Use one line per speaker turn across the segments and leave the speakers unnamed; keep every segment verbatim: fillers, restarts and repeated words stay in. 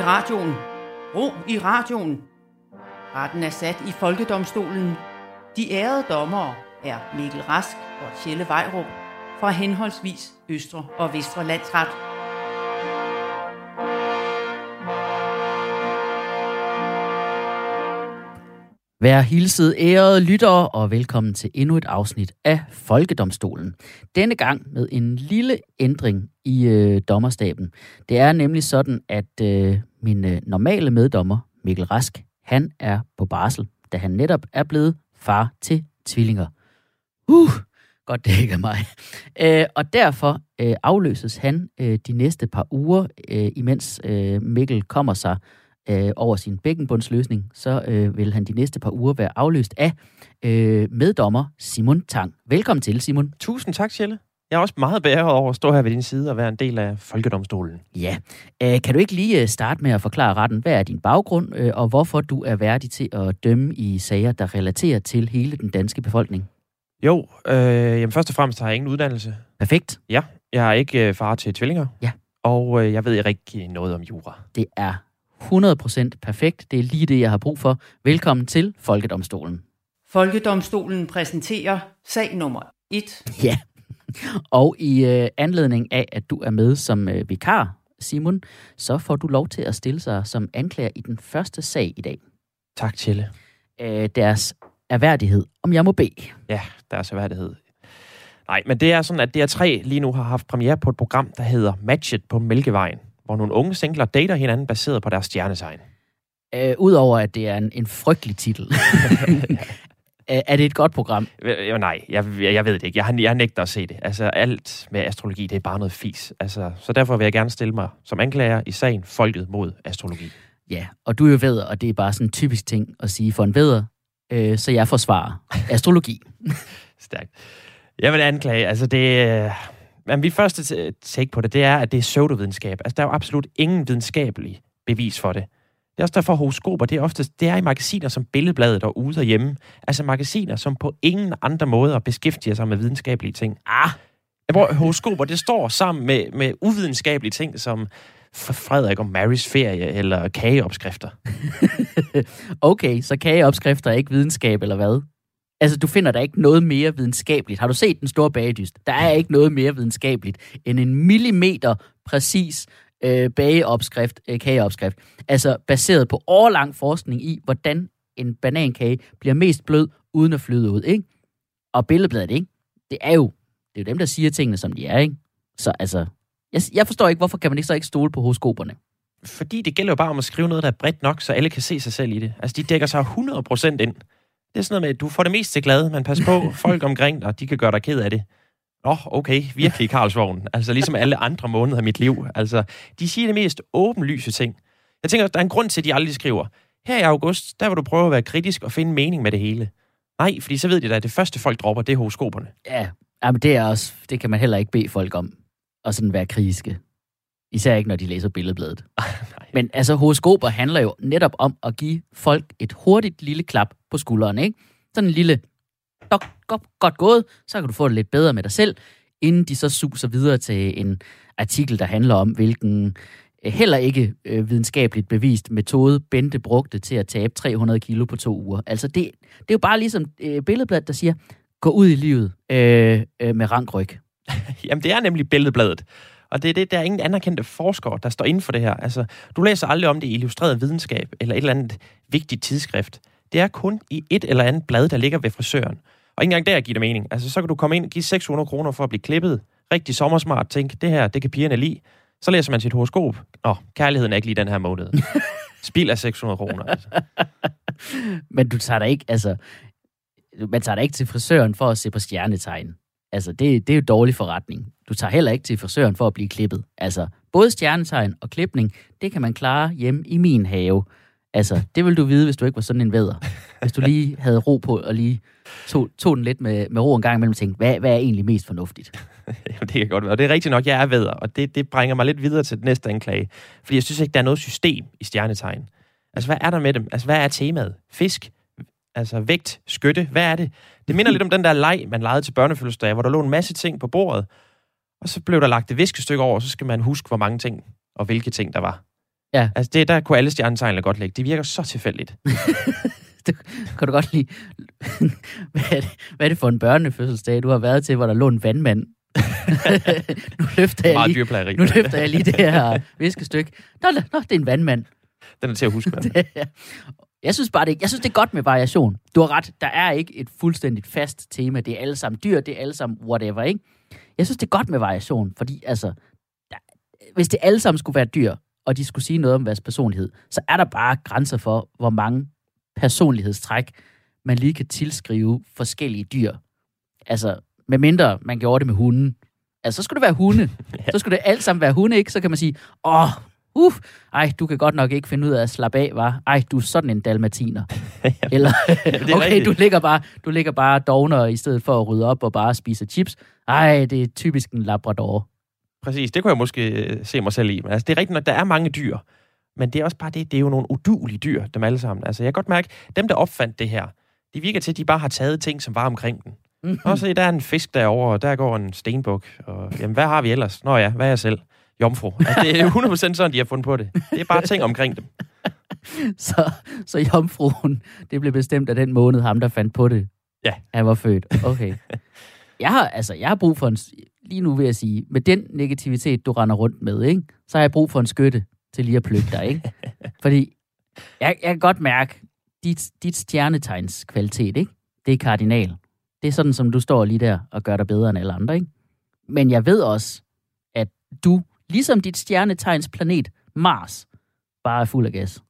radioen. Ro i radioen. Retten er sat i Folkedomstolen. De ærede dommere er Mikkel Rask og Tjelle Vejrup fra henholdsvis Østre og Vestre Landsret.
Vær hilset, ærede lyttere, og velkommen til endnu et afsnit af Folkedomstolen. Denne gang med en lille ændring i øh, dommerstaben. Det er nemlig sådan, at øh, min øh, normale meddommer, Mikkel Rask, han er på barsel, da han netop er blevet far til tvillinger. Uh, godt det ikke er mig. Øh, og derfor øh, afløses han øh, de næste par uger, øh, imens øh, Mikkel kommer sig Øh, over sin bækkenbundsløsning, så øh, vil han de næste par uger være afløst af øh, meddommer Simon Tang. Velkommen til, Simon.
Tusind tak, Tjelle. Jeg er også meget beæret over at stå her ved din side og være en del af Folkedomstolen.
Ja. Øh, kan du ikke lige starte med at forklare retten, hvad er din baggrund, øh, og hvorfor du er værdig til at dømme i sager, der relaterer til hele den danske befolkning?
Jo, øh, jamen først og fremmest har jeg ingen uddannelse.
Perfekt.
Ja, jeg er ikke øh, far til tvillinger.
Ja.
Og øh, jeg ved ikke noget om jura.
Det er hundrede procent perfekt. Det er lige det, jeg har brug for. Velkommen til Folkedomstolen.
Folkedomstolen præsenterer sag nummer et.
Ja, og i øh, anledning af, at du er med som øh, vikar, Simon, så får du lov til at stille sig som anklager i den første sag i dag.
Tak, Tjelle.
Øh, deres erhverdighed, om jeg må bede.
Ja, deres erhverdighed. Nej, men det er sådan, at D R tre lige nu har haft premiere på et program, der hedder Matchet på Mælkevejen, hvor nogle unge singler dater hinanden baseret på deres stjernetegn.
Øh, Udover at det er en, en frygtelig titel. Er det et godt program?
Jo, nej, jeg, jeg ved det ikke. Jeg har, jeg nægter at se det. Altså, alt med astrologi, det er bare noget fis. Altså, så derfor vil jeg gerne stille mig som anklager i sagen Folket mod astrologi.
Ja, og du er jo vædder, og det er bare sådan en typisk ting at sige for en vædder, øh, så jeg forsvarer astrologi.
Stærkt. Jeg vil anklage, altså det... Men mit første take på det, det er, at det er pseudovidenskab. Altså, der er jo absolut ingen videnskabelig bevis for det. Det er også derfor, horoskoper, det er oftest, det er i magasiner som Billedbladet og Ude og Hjemme. Altså magasiner, som på ingen andre måder beskæftiger sig med videnskabelige ting.
Ah!
Hvor horoskoper, det står sammen med, med uvidenskabelige ting, som Frederik og Marys ferie eller kageopskrifter.
Okay, så kageopskrifter er ikke videnskab, eller hvad? Altså, du finder der ikke noget mere videnskabeligt. Har du set Den Store Bagedyst? Der er ikke noget mere videnskabeligt end en millimeter præcis øh, bageopskrift, øh, kageopskrift. Altså, baseret på årelang forskning i, hvordan en banankage bliver mest blød, uden at flyde ud, ikke? Og Billedbladet, ikke? Det er jo, det er jo dem, der siger tingene, som de er, ikke? Så altså, jeg, jeg forstår ikke, hvorfor kan man ikke så ikke stole på horoskoperne?
Fordi det gælder jo bare om at skrive noget, der er bredt nok, så alle kan se sig selv i det. Altså, de dækker sig hundrede procent ind. Det er sådan noget med, at du får det mest til glad, men pas på, folk omkring dig, de kan gøre dig ked af det. Åh, oh, okay, virkelig i Karlsvognen. Altså ligesom alle andre måneder af mit liv. Altså, de siger det mest åbenlyse ting. Jeg tænker, der er en grund til, at de aldrig skriver, her i august, der vil du prøve at være kritisk og finde mening med det hele. Nej, fordi så ved de da, at det første folk dropper, det er horoskoperne.
Ja, men det er også, det kan man heller ikke bede folk om, at sådan være kritiske. Især ikke, når de læser Billedbladet. Men altså, horoskoper handler jo netop om at give folk et hurtigt lille klap på skulderen, ikke? Sådan en lille, godt, godt, godt gået, så kan du få det lidt bedre med dig selv, inden de så suser videre til en artikel, der handler om, hvilken heller ikke øh, videnskabeligt bevist metode Bente brugte til at tabe tre hundrede kilo på to uger. Altså, det, det er jo bare ligesom øh, Billedbladet, der siger, gå ud i livet øh, øh, med rankryg.
Jamen, det er nemlig Billedbladet. Og det er det, der er ingen anerkendte forskere, der står inden for det her. Altså, du læser aldrig om det i Illustreret Videnskab eller et eller andet vigtigt tidsskrift. Det er kun i et eller andet blad, der ligger ved frisøren. Og ikke engang der giver det mening. Altså, så kan du komme ind og give seks hundrede kroner for at blive klippet. Rigtig sommersmart. Tænk, det her, det kan pigerne lide. Så læser man sit horoskop. Nå, kærligheden er ikke lige den her måned. Spild af seks hundrede kroner. Altså.
Men du tager dig ikke, altså... Man tager dig ikke til frisøren for at se på stjernetegn. Altså, det, det er jo dårlig forretning. Du tager heller ikke til frisøren for at blive klippet. Altså, både stjernetegn og klipning, det kan man klare hjemme i min have. Altså, det vil du vide, hvis du ikke var sådan en vædder. Hvis du lige havde ro på, og lige tog, tog den lidt med, med ro en gang imellem og tænkte, hvad, hvad er egentlig mest fornuftigt?
Jamen, det kan godt være. Og det er rigtigt nok, jeg er vædder, og det, det bringer mig lidt videre til det næste anklage. Fordi jeg synes ikke, der er noget system i stjernetegn. Altså, hvad er der med dem? Altså, hvad er temaet? Fisk? Altså, vægt? Skytte? Hvad er det? Det minder lidt om den der leg, man legede til børnefødselsdag, hvor der lå en masse ting på bordet, og så blev der lagt et viskestykke over, og så skal man huske, hvor mange ting og hvilke ting der var.
Ja.
Altså, det, der kunne alle stjernetegnene godt lægge. Det virker så tilfældigt.
Det kan du godt lide. Hvad er, det, hvad er det for en børnefødselsdag, du har været til, hvor der lå en vandmand? nu, løfter jeg lige, nu løfter jeg lige det her viskestykke. Nå, nå, det er en vandmand.
Den er til at huske.
Jeg synes bare, det, jeg synes, det er godt med variation. Du har ret, der er ikke et fuldstændigt fast tema. Det er alle sammen dyr, det er alle sammen whatever, ikke? Jeg synes, det er godt med variation, fordi altså, der, hvis det alle sammen skulle være dyr, og de skulle sige noget om deres personlighed, så er der bare grænser for, hvor mange personlighedstræk man lige kan tilskrive forskellige dyr. Altså, medmindre man gjorde det med hunden. Altså, så skulle det være hunde. Så skulle det alt sammen være hunde, ikke? Så kan man sige, åh, uh, ej, du kan godt nok ikke finde ud af at slappe af, hva'? Ej, du er sådan en dalmatiner. Eller, okay, du ligger bare, du ligger bare dovner i stedet for at rydde op og bare spise chips. Ej, det er typisk en labrador.
Præcis, det kunne jeg måske se mig selv i. Men altså, det er rigtigt nok, der er mange dyr. Men det er også bare det, det er jo nogle uduelige dyr, dem alle sammen. Altså, jeg kan godt mærke, dem der opfandt det her, de virker til, at de bare har taget ting, som var omkring den. Mm-hmm. Og så der er en fisk derovre, og der går en stenbuk. Og jamen, hvad har vi ellers? Nå ja, hvad er jeg selv? Jomfru. Altså, det er hundrede procent sådan, de har fundet på det. Det er bare ting omkring dem.
så, så jomfruen, det blev bestemt af den måned, ham der fandt på det.
Ja.
Han var født. Okay. Jeg har, altså, jeg har brug for en, lige nu vil jeg sige, med den negativitet, du render rundt med, ikke, så har jeg brug for en skytte til lige at plukke dig, ikke? Fordi jeg, jeg kan godt mærke, dit, dit stjernetegns kvalitet, ikke? Det er kardinal. Det er sådan, som du står lige der og gør dig bedre end alle andre, ikke? Men jeg ved også, at du, ligesom dit stjernetegns planet, Mars, bare er fuld af gas.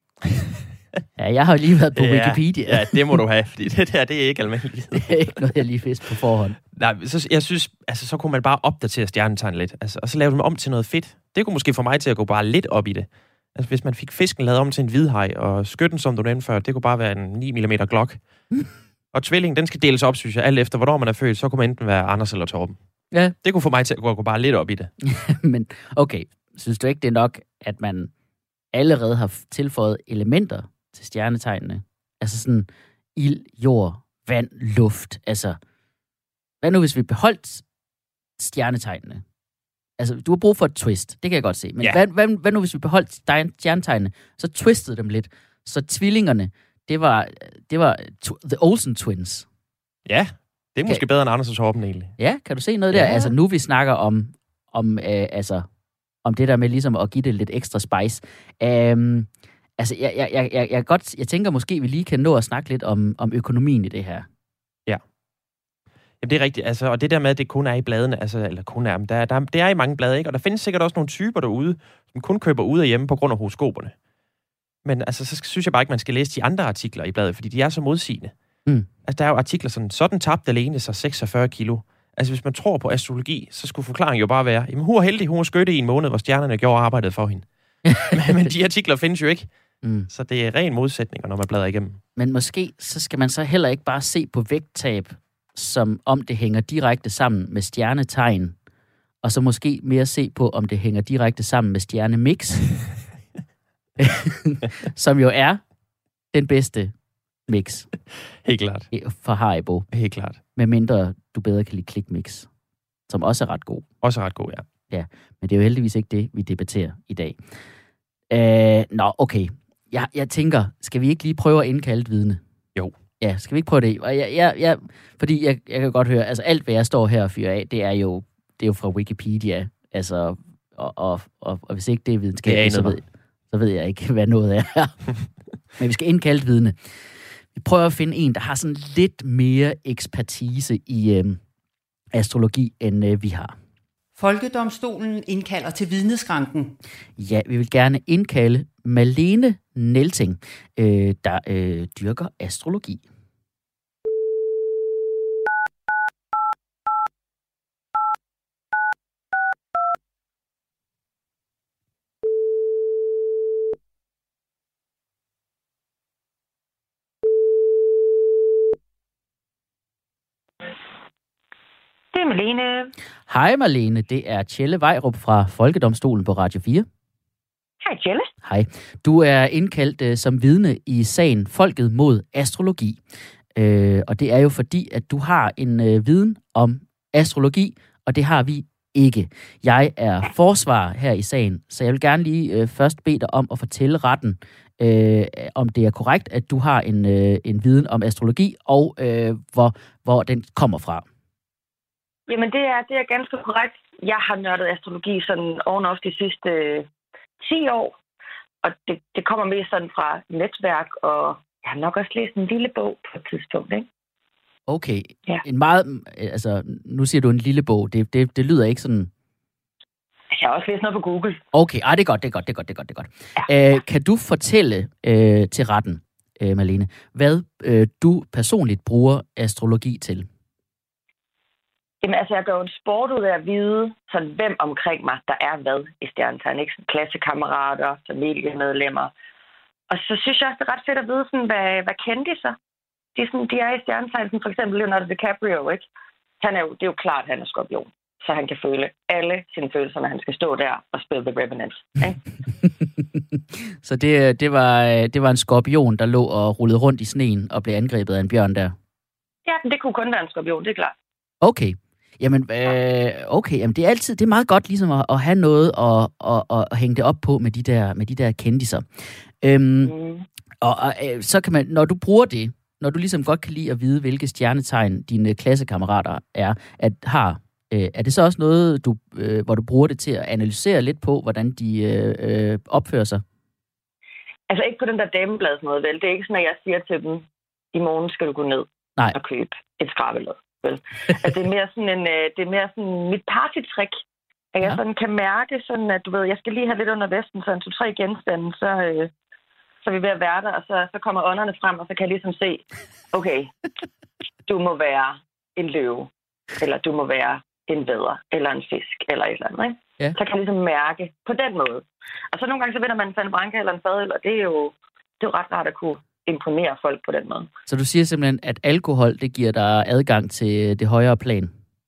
Ja, jeg har jo lige været på
ja,
Wikipedia.
Ja, det må du have, fordi det der, det er ikke almindeligt.
Det er ikke noget, jeg lige vidste på forhånd.
Nej, så, jeg synes, altså, så kunne man bare opdatere stjernetegn lidt, altså, og så lave dem om til noget fedt. Det kunne måske få mig til at gå bare lidt op i det. Altså, hvis man fik fisken lavet om til en hvidhaj, og skytten, som du nævnte før, det kunne bare være en ni millimeter glok. Og tvillingen, den skal deles op, synes jeg, alt efter, hvornår man er født, så kunne man enten være Anders eller Torben. Ja. Det kunne få mig til at gå, gå bare lidt op i det.
Men okay, synes du ikke, det er nok, at man allerede har tilføjet elementer til stjernetegnene? Altså sådan ild, jord, vand, luft. Altså, hvad nu hvis vi beholdt stjernetegnene? Altså, du har brug for et twist, det kan jeg godt se. Men ja. hvad, hvad, hvad nu hvis vi beholdt stjernetegnene, så twistede dem lidt, så tvillingerne, det var, det var The Olsen Twins.
Ja, det er måske kan, bedre end Anders og Torben egentlig.
Ja, kan du se noget ja. der? Altså, nu vi snakker om, om, øh, altså, om det der med ligesom at give det lidt ekstra spice. Um, altså, jeg, jeg, jeg, jeg, jeg, godt, jeg tænker måske, vi lige kan nå at snakke lidt om, om økonomien i det her.
Ja. Jamen, det er rigtigt. Altså, og det der med, at det kun er i bladene, altså, eller kun er, der, der, det er i mange blade, ikke? Og der findes sikkert også nogle typer derude, som kun køber ude af hjemme på grund af horoskoperne. Men altså, så synes jeg bare ikke, man skal læse de andre artikler i bladet, fordi de er så modsigende. Mm. Altså, der er jo artikler sådan, sådan tabte alene sig seksogfyrre kilo. Altså, hvis man tror på astrologi, så skulle forklaringen jo bare være, jamen, hun var heldig, hun var skytte i en måned, hvor stjernerne gjorde arbejdet for hende. men, men de artikler findes jo ikke. Mm. Så det er ren modsætninger, når man bladrer igennem.
Men måske, så skal man så heller ikke bare se på vægttab, som om det hænger direkte sammen med stjernetegn, og så måske mere se på, om det hænger direkte sammen med stjernemix, som jo er den bedste mix.
Helt klart.
For Haribo.
Helt klart.
Med mindre du bedre kan lide klikmix, som også er ret god.
Også er ret god, ja.
Ja, men det er jo heldigvis ikke det, vi debatterer i dag. Øh, nå, okay. Jeg, jeg tænker, skal vi ikke lige prøve at indkalde et vidne?
Jo.
Ja, skal vi ikke prøve det? Og jeg, jeg, jeg, fordi jeg, jeg kan godt høre, altså alt, hvad jeg står her og fyrer af, det er jo, det er jo fra Wikipedia. Altså, og, og, og, og hvis ikke det er videnskabeligt, så ved, så ved jeg ikke, hvad noget er. Men vi skal indkalde et vidne. Vi prøver at finde en, der har sådan lidt mere ekspertise i øh, astrologi, end øh, vi har.
Folkedomstolen indkalder til vidneskranken.
Ja, vi vil gerne indkalde Malene Nelting, øh, der øh, dyrker astrologi.
Det er Malene.
Hej Malene, det er Tjelle Vejrup fra Folkedomstolen på Radio fire.
Hej Tjelle.
Hej. Du er indkaldt uh, som vidne i sagen Folket mod astrologi. Uh, og det er jo fordi, at du har en uh, viden om astrologi, og det har vi ikke. Jeg er forsvar her i sagen, så jeg vil gerne lige øh, først bede dig om at fortælle retten, øh, om det er korrekt, at du har en, øh, en viden om astrologi, og øh, hvor, hvor den kommer fra.
Jamen, det er, det er ganske korrekt. Jeg har nørdet astrologi sådan oven of de sidste øh, ti år, og det, det kommer mest sådan fra netværk, og jeg har nok også læst en lille bog på et tidspunkt, ikke?
Okay.
Ja.
En meget, altså, nu siger du en lille bog. Det, det, det lyder ikke sådan...
Jeg har også læst noget på Google.
Okay, ah, det er godt, det er godt, det er godt, det er godt. Det er godt.
Ja.
Øh, kan du fortælle øh, til retten, øh, Malene, hvad øh, du personligt bruger astrologi til?
Jamen, altså, jeg gør jo en sport ud af at vide, sådan, hvem omkring mig, der er hvad i stjernetegn, ikke? Sådan klassekammerater, familiemedlemmer. Og så synes jeg også, det er ret fedt at vide, sådan, hvad, hvad kendiser. De er, sådan, de er i stjernetegn, som for eksempel Leonardo DiCaprio, ikke? Han er jo, det er jo klart, at han er skorpion. Så han kan føle alle sine følelser, når han skal stå der og spille The Revenant. Ikke?
Så det, det, var, det var en skorpion, der lå og rullede rundt i sneen og blev angrebet af en bjørn der?
Ja, det kunne kun være en skorpion, det er klart.
Okay. Jamen, øh, okay. Jamen, det er altid, det er meget godt ligesom at, at have noget at, at, at hænge det op på med de der, med de der kendiser. Øhm, mm. Og, og så kan man, når du bruger det, når du ligesom godt kan lide at vide, hvilke stjernetegn dine klassekammerater er, at har, øh, er det så også noget, du, øh, hvor du bruger det til at analysere lidt på, hvordan de øh, øh, opfører sig?
Altså ikke på den der damebladsmåde, vel? Det er ikke sådan, at jeg siger til dem, i morgen skal du gå ned
Nej.
og købe et skrabelod, vel? Altså, det er mere sådan en, det er mere sådan mit partytrick, at jeg ja. sådan kan mærke sådan, at du ved, jeg skal lige have lidt under vesten, så en to-tre genstande, så... Øh, så er vi ved at være der, og så, så kommer ånderne frem, og så kan jeg ligesom se, okay, du må være en løve, eller du må være en vædder, eller en fisk, eller et eller andet, ikke?
Ja.
Så kan jeg ligesom mærke på den måde. Og så nogle gange, så vinder man en Fanny Branca eller en fadøl, og det er jo, det er jo ret rart at kunne imponere folk på den måde. Så
du siger simpelthen, at alkohol, det giver dig adgang til det højere plan?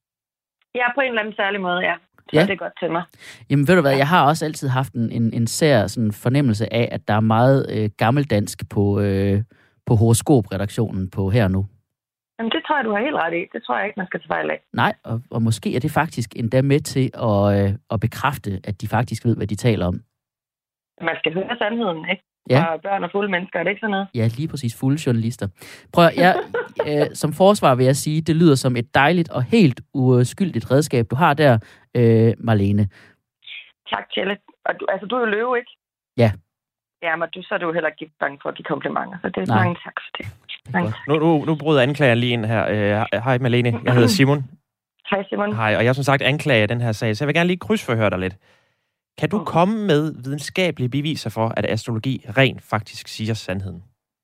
Ja, på en eller anden særlig måde, ja. Så
ja.
det er godt til mig.
Jamen ved du hvad, jeg har også altid haft en, en, en sær sådan fornemmelse af, at der er meget øh, gammeldansk på, øh, på horoskopredaktionen på Her Nu.
Jamen det tror jeg, du har helt ret i. Det tror jeg ikke, man skal tage fejl af.
Nej, og, og måske er det faktisk endda med til at, øh, at bekræfte, at de faktisk ved, hvad de taler om.
Man skal høre sandheden, ikke?
Ja.
Og børn og fulde mennesker, er det ikke sådan noget?
Ja, lige præcis. Fulde journalister. Prøv at, jeg, øh, som forsvar vil jeg sige, det lyder som et dejligt og helt uskyldigt redskab, du har der, øh, Marlene.
Tak, Tjelle. Og du, altså, du er jo løve, ikke?
Ja.
Ja, men du, så er du heller ikke bange for at give komplimenter, så det er mange tak for det.
det nu, nu, nu bryder anklager lige ind her. Øh, hej, Malene. Jeg hedder Simon.
Hej, Simon.
Hej, og jeg er som sagt anklager i den her sag, så jeg vil gerne lige krydsforhøre dig lidt. Kan du komme med videnskabelige beviser for, at astrologi rent faktisk siger sandheden?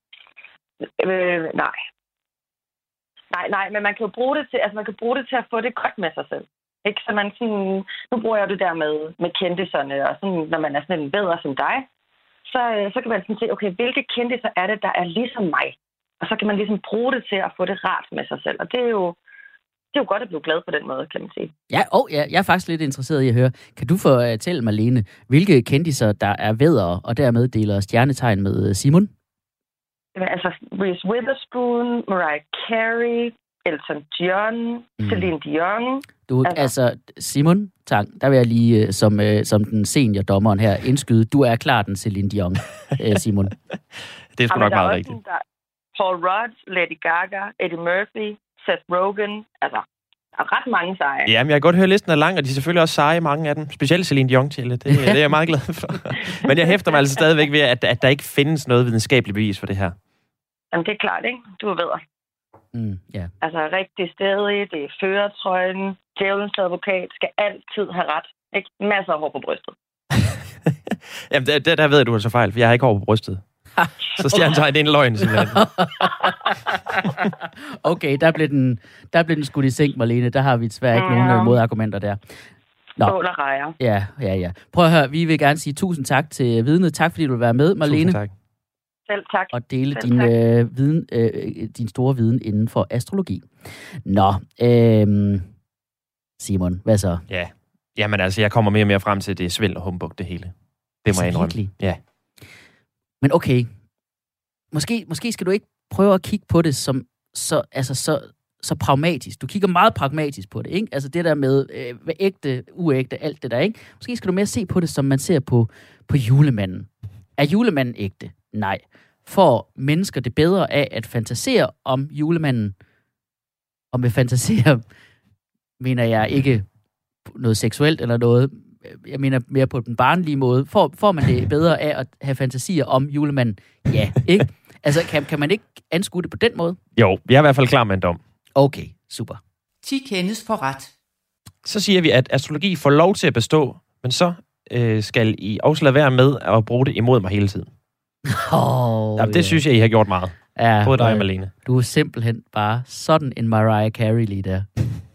Øh, nej. Nej, nej, men man kan jo bruge det til, altså man kan bruge det til at få det godt med sig selv. Ikke? Så man sådan, nu bruger jeg det der med, med kendiserne, og sådan, når man er sådan en vædder som dig, så, så kan man sådan se, okay, hvilke kendiser er det, der er ligesom mig? Og så kan man ligesom bruge det til at få det rart med sig selv. Og det er jo, det er jo godt at blive glad på den måde, kan man sige.
Ja, og ja, jeg er faktisk lidt interesseret i at høre. Kan du fortælle, Marlene, hvilke kendiser, der er væddere, og dermed deler stjernetegn med Simon?
Jamen, altså, Reese Witherspoon, Mariah Carey, Elton John, mm. Celine Dion.
Du, altså, altså Simon Tang, der vil jeg lige, som, som den seniordommeren her, indskyde, du er klar den Celine Dion, Simon.
Det er sgu nok meget rigtigt.
Der Paul Rudd, Lady Gaga, Eddie Murphy, Seth Rogen, altså, der er ret mange seje.
Ja, men jeg kan godt høre, listen er lang, og de er selvfølgelig også seje, mange af dem. Specielt Celine Dion til det. Det er jeg meget glad for. Men jeg hæfter mig altså stadigvæk ved, at, at der ikke findes noget videnskabeligt bevis for det her.
Jamen, det er klart, ikke? Du er ved.
Mm, yeah.
Altså, rigtig stedig, det er førertrøjen, djævelens advokat, skal altid have ret. Ikke? Masser af hår på brystet.
Jamen, der, der, der ved du altså fejl, for jeg har ikke hår på brystet. Så stjernetegn, det er en løgn, simpelthen.
Okay, der blev, den, der blev den skudt i sænk, Marlene. Der har vi desværre ikke ja. nogen modargumenter der.
Skål og rejer.
Ja, ja, ja. Prøv at høre, vi vil gerne sige tusind tak til vidnet. Tak fordi du vil være med, Marlene.
Tusind tak.
Selv tak.
Og dele
Selv
din,
tak.
øh, viden, øh, din store viden inden for astrologi. Nå, øh, Simon, hvad så?
Ja, jamen altså, jeg kommer mere og mere frem til, det er svindel og humbug, det hele. Det må jeg indrømme. Ja.
Men okay, måske, måske skal du ikke prøve at kigge på det som så, altså så, så pragmatisk. Du kigger meget pragmatisk på det, ikke? Altså det der med øh, hvad ægte, uægte, alt det der, ikke? Måske skal du mere se på det, som man ser på, på julemanden. Er julemanden ægte? Nej. Får mennesker det bedre af at fantasere om julemanden? Og med fantasere mener jeg ikke noget seksuelt eller noget. Jeg mener mere på den barnlige måde. Får, får man det bedre af at have fantasier om julemanden? Ja, ikke? Altså, kan, kan man ikke anskue det på den måde?
Jo, vi er i hvert fald klar med en dom.
Okay, super.
ti kendes for ret.
Så siger vi, at astrologi får lov til at bestå, men så øh, skal I også lade være med at bruge det imod mig hele tiden.
Oh,
Jamen, det
yeah.
synes jeg, I har gjort meget.
Ja,
både dig og Malene.
Du er simpelthen bare sådan en Mariah Carey lige der.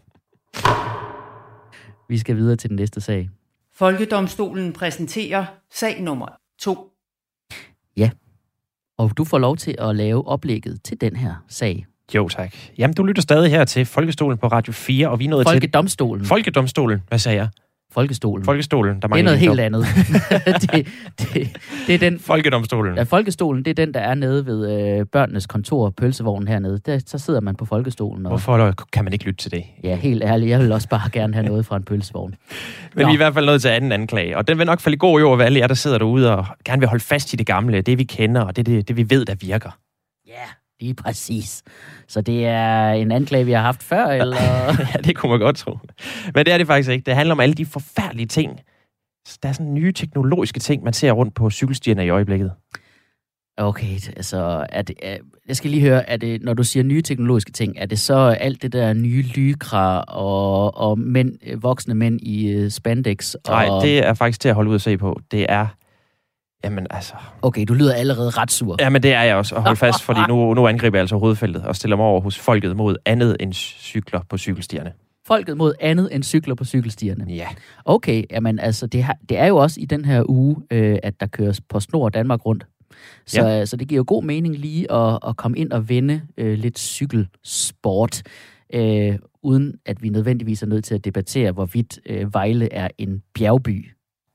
Vi skal videre til den næste sag.
Folkedomstolen præsenterer sag nummer to.
Ja, og du får lov til at lave oplægget til den her sag.
Jo, tak. Jamen, du lytter stadig her til Folkestolen på Radio fire, og vi er nået
Folkedomstolen.
til... Folkedomstolen. Hvad sagde jeg?
Folkestolen.
Folkestolen. Der
det er noget helt andet. det, det, det er den...
Folkedomstolen.
Ja, Folkestolen, det er den, der er nede ved øh, børnenes kontor, pølsevognen hernede. Der, så sidder man på Folkestolen. Og...
Hvorfor kan man ikke lytte til det?
Ja, helt ærligt. Jeg vil også bare gerne have noget fra en pølsevogn.
Men Nå. Vi er i hvert fald nået til anden anklage, og den vil nok falde i god jord ved alle jer, der sidder derude og gerne vil holde fast i det gamle, det vi kender, og det, det, det vi ved, der virker.
Ja, lige præcis. Så det er en anklage, vi har haft før, eller?
Ja, det kunne man godt tro. Men det er det faktisk ikke. Det handler om alle de forfærdelige ting. Der er sådan nye teknologiske ting, man ser rundt på cykelstierne i øjeblikket.
Okay, altså, er det, er, jeg skal lige høre, er det, når du siger nye teknologiske ting, er det så alt det der nye Lycra og, og mænd, voksne mænd i spandex? Og...
Nej, det er faktisk til at holde ud og se på. Det er... Jamen altså...
Okay, du lyder allerede ret sur.
Jamen det er jeg også, og hold fast, fordi nu, nu angriber jeg altså hovedfeltet og stiller mig over hos folket mod andet end cykler på cykelstierne.
Folket mod andet end cykler på cykelstierne?
Ja.
Okay, jamen altså, det, har, det er jo også i den her uge, øh, at der køres på Snor Danmark rundt. Så, ja. så det giver jo god mening lige at, at komme ind og vende øh, lidt cykelsport, øh, uden at vi nødvendigvis er nødt til at debattere, hvorvidt øh, Vejle er en bjergby.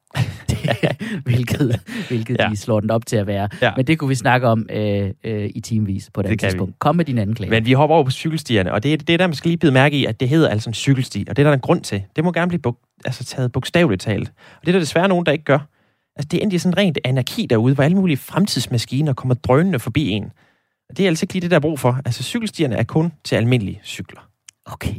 hvilket hvilket ja. de slår den op til at være. Ja. Men det kunne vi snakke om øh, øh, i timevis på det tidspunkt. Vi. Kom med din anklage.
Men vi hopper over på cykelstierne, og det er det, der man skal lige bide mærke i, at det hedder altså en cykelsti, og det er der en grund til. Det må gerne blive buk- altså, taget bogstaveligt talt. Og det er der desværre nogen, der ikke gør. Altså, det er endelig sådan rent anarki derude, hvor alle mulige fremtidsmaskiner kommer drønende forbi en. Og det er altså ikke lige det, der er brug for. Altså, cykelstierne er kun til almindelige cykler.
Okay.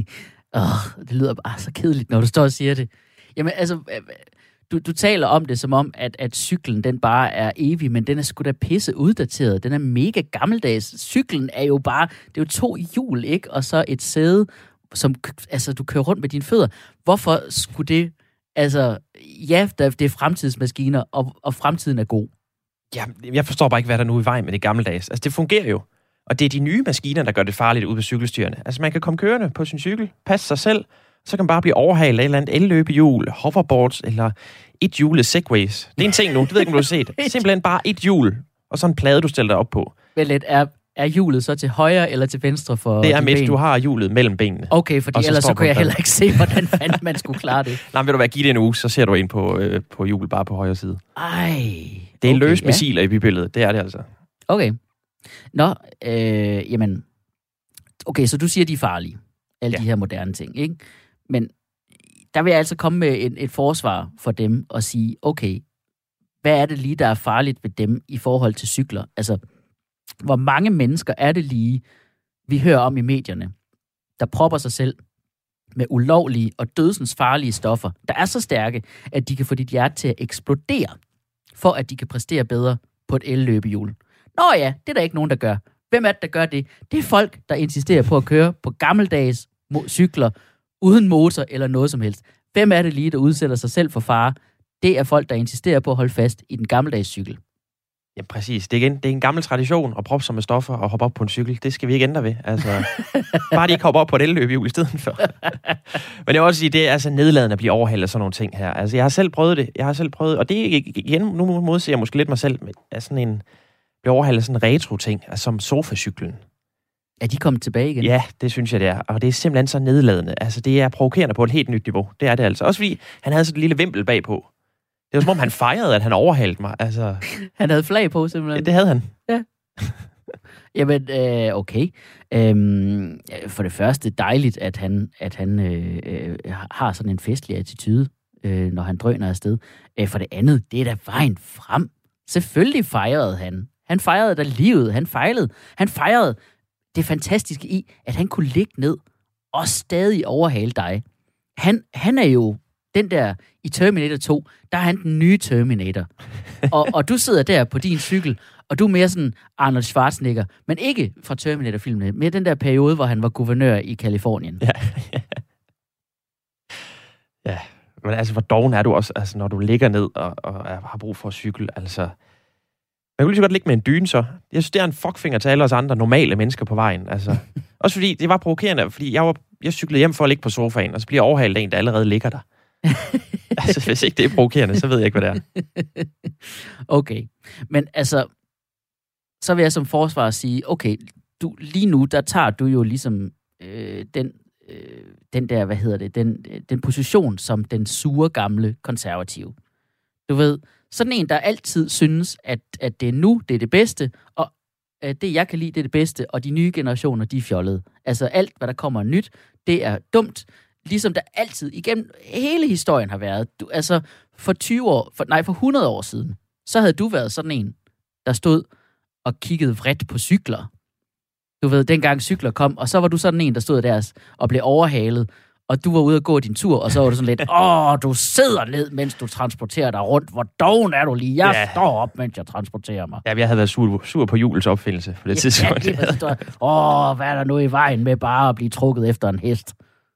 oh, det lyder bare så kedeligt, når du står og siger det. Jamen, altså... Du, du taler om det som om, at, at cyklen den bare er evig, men den er sgu da pisse uddateret. Den er mega gammeldags. Cyklen er jo bare, det er jo to hjul, ikke? Og så et sæde, som altså, du kører rundt med dine fødder. Hvorfor skulle det, altså, ja, det er fremtidsmaskiner, og, og fremtiden er god.
Ja, jeg forstår bare ikke, hvad der nu er i vejen med det gammeldags. Altså, det fungerer jo. Og det er de nye maskiner, der gør det farligt ude på cykelstierne. Altså, man kan komme kørende på sin cykel, passe sig selv, så kan man bare blive overhalet af et eller andet elløbehjul, hoverboards eller et hjulet segways. Det er en ting nu, det ved jeg ikke, om du har set. Simpelthen bare et hjul, og så en plade, du stiller dig op på.
Vel lidt, er, er hjulet så til højre eller til venstre for
det er midt, du har hjulet mellem benene.
Okay, fordi så ellers så kunne jeg heller ikke se, hvordan fanden man skulle klare det.
Nej, men vil du være, give det en uge, så ser du ind på, øh, på hjulet bare på højre side.
Ej.
Det er okay, løs missiler ja. I bybilledet, det er det altså.
Okay. Nå, øh, jamen... Okay, så du siger, de er farlige. Alle ja. de her moderne ting, ikke? Men der vil jeg altså komme med et, et forsvar for dem og sige, okay, hvad er det lige, der er farligt ved dem i forhold til cykler? Altså, hvor mange mennesker er det lige, vi hører om i medierne, der propper sig selv med ulovlige og dødsensfarlige stoffer, der er så stærke, at de kan få dit hjerte til at eksplodere, for at de kan præstere bedre på et elløbehjul. Nå ja, det er der ikke nogen, der gør. Hvem er det, der gør det? Det er folk, der insisterer på at køre på gammeldags cykler, uden motor eller noget som helst. Hvem er det lige, der udsætter sig selv for fare? Det er folk, der insisterer på at holde fast i den gammeldags cykel.
Ja, præcis. Det er, igen, det er en gammel tradition at proppe sig med stoffer og hoppe op på en cykel. Det skal vi ikke ændre ved. Altså, bare de ikke hopper op på et elløbehjul i stedet for. Men jeg vil også sige, det er altså nedladende at blive overhalet af sådan nogle ting her. Altså, jeg har selv prøvet det. Jeg har selv prøvet, og det er igen, nu modsiger jeg måske lidt mig selv, af sådan en, blive overhalet af sådan en retro-ting, altså som sofacyklen.
Er de kommet tilbage igen?
Ja, det synes jeg, det er. Og det er simpelthen så nedladende. Altså, det er provokerende på et helt nyt niveau. Det er det altså. Også fordi han havde sådan et lille vimpel bagpå. Det var som om, han fejrede, at han overhalede mig. Altså,
han havde flag på, simpelthen.
Ja, det havde han.
Ja. Jamen, øh, okay. Øhm, for det første dejligt, at han, at han øh, øh, har sådan en festlig attitude, øh, når han drøner afsted. Øh, for det andet, det er da vejen frem. Selvfølgelig fejrede han. Han fejrede da livet. Han fejlede. Han fejrede det fantastiske i, at han kunne ligge ned og stadig overhale dig. Han, han er jo den der i Terminator to, der er han den nye Terminator. og, og du sidder der på din cykel, og du er mere sådan Arnold Schwarzenegger, men ikke fra Terminator-filmene, mere den der periode, hvor han var guvernør i Kalifornien.
Ja, ja. Ja, men altså, hvor doven er du også, altså, når du ligger ned og, og har brug for at cykle, altså. Man kunne lige så godt ligge med en dyne, så. Jeg synes, det er en fuckfinger til alle os andre normale mennesker på vejen, altså. Også fordi, det var provokerende, fordi jeg, var, jeg cyklede hjem for at ligge på sofaen, og så bliver jeg overhalet af en, der allerede ligger der. Altså, hvis ikke det er provokerende, så ved jeg ikke, hvad det er.
Okay, men altså, så vil jeg som forsvarer sige, okay, du, lige nu, der tager du jo ligesom øh, den, øh, den der, hvad hedder det, den, den position som den sure gamle konservative. Du ved, sådan en, der altid synes, at, at det er nu, det er det bedste, og øh, det, jeg kan lide, det er det bedste, og de nye generationer, de er fjollede. Altså, alt, hvad der kommer nyt, det er dumt, ligesom der altid, igennem hele historien har været. Du, altså, for tyve år, for, nej, for hundrede år siden, så havde du været sådan en, der stod og kiggede vredt på cykler. Du ved, dengang cykler kom, og så var du sådan en, der stod der og blev overhalet, og du var ude at gå din tur, og så var du sådan lidt, åh, du sidder ned, mens du transporterer dig rundt. Hvor doven er du lige? Jeg ja. står op, mens jeg transporterer mig.
Ja, jeg havde været sur, sur på Jules opfindelse på det ja, tidspunkt.
Ja, åh, hvad er der nu i vejen med bare at blive trukket efter en hest?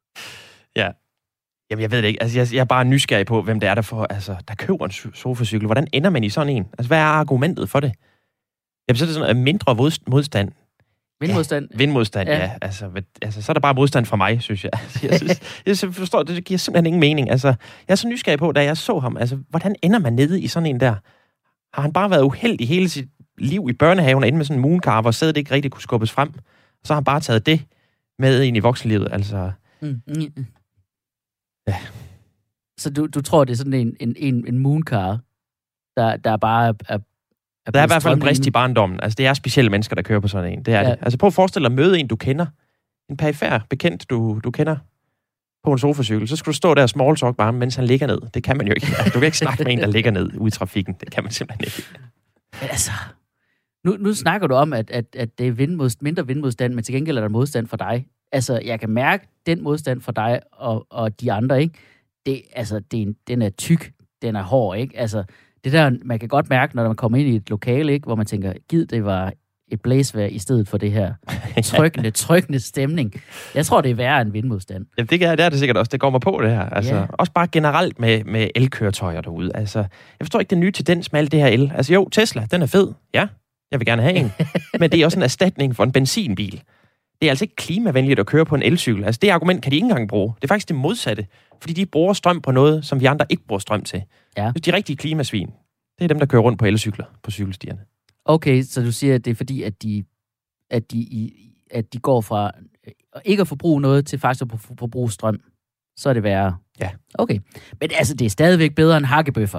Ja. Jamen, jeg ved det ikke. Altså, jeg, jeg er bare nysgerrig på, hvem det er, der, får, altså, der køber en sofacykel. Hvordan ender man i sådan en? Altså, hvad er argumentet for det? Jamen, så er det sådan en mindre modstand.
Vindmodstand?
Ja, vindmodstand, ja. ja. Altså, altså, så er der bare modstand for mig, synes jeg. Jeg, synes, jeg forstår, det giver simpelthen ingen mening. Altså, jeg er så nysgerrig på, da jeg så ham. Altså, hvordan ender man nede i sådan en der? Har han bare været uheldig hele sit liv i børnehaven og inde med sådan en mooncar, hvor sædet ikke rigtig kunne skubbes frem? Så har han bare taget det med ind i voksenlivet, altså. Mm, mm. Ja.
Så du, du tror, det er sådan en, en, en, en mooncar, der, der bare er, er
der er i hvert fald en brist i barndommen. Altså, det er specielle mennesker, der kører på sådan en. Det er ja. det. Altså, prøv at forestille dig at møde en, du kender. En perifær bekendt, du, du kender på en sofacykel. Så skal du stå der og small talk bare, mens han ligger ned. Det kan man jo ikke. Altså, du kan ikke snakke med en, der ligger ned ude i trafikken. Det kan man simpelthen ikke.
Men altså, nu, nu snakker du om, at, at, at det er vindmodst, mindre vindmodstand, men til gengæld er der modstand for dig. Altså, jeg kan mærke den modstand for dig og, og de andre, ikke? Det, altså, det er, den er tyk, den er hård, ikke? Altså, det der, man kan godt mærke, når man kommer ind i et lokale, ikke, hvor man tænker, gid det var et blæsvejr i stedet for det her trykkende, trykkende stemning. Jeg tror, det er værre end vindmodstand.
Ja, det er det, er det sikkert også. Det går mig på, det her. Altså, yeah. Også bare generelt med, med elkøretøjer derude. Altså, jeg forstår ikke den nye tendens med alt det her el. Altså jo, Tesla, den er fed. Ja, jeg vil gerne have en. Men det er også en erstatning for en benzinbil. Det er altså ikke klimavenligt at køre på en elcykel. Altså det argument kan de ikke engang bruge. Det er faktisk det modsatte. Fordi de bruger strøm på noget, som vi andre ikke bruger strøm til. Ja. De rigtige klimasvin, det er dem, der kører rundt på elcykler på cykelstierne.
Okay, så du siger, at det er fordi, at de, at de, at de går fra ikke at forbruge noget til faktisk at forbruge strøm. Så er det værre.
Ja.
Okay. Men altså, det er stadigvæk bedre end hakkebøffer.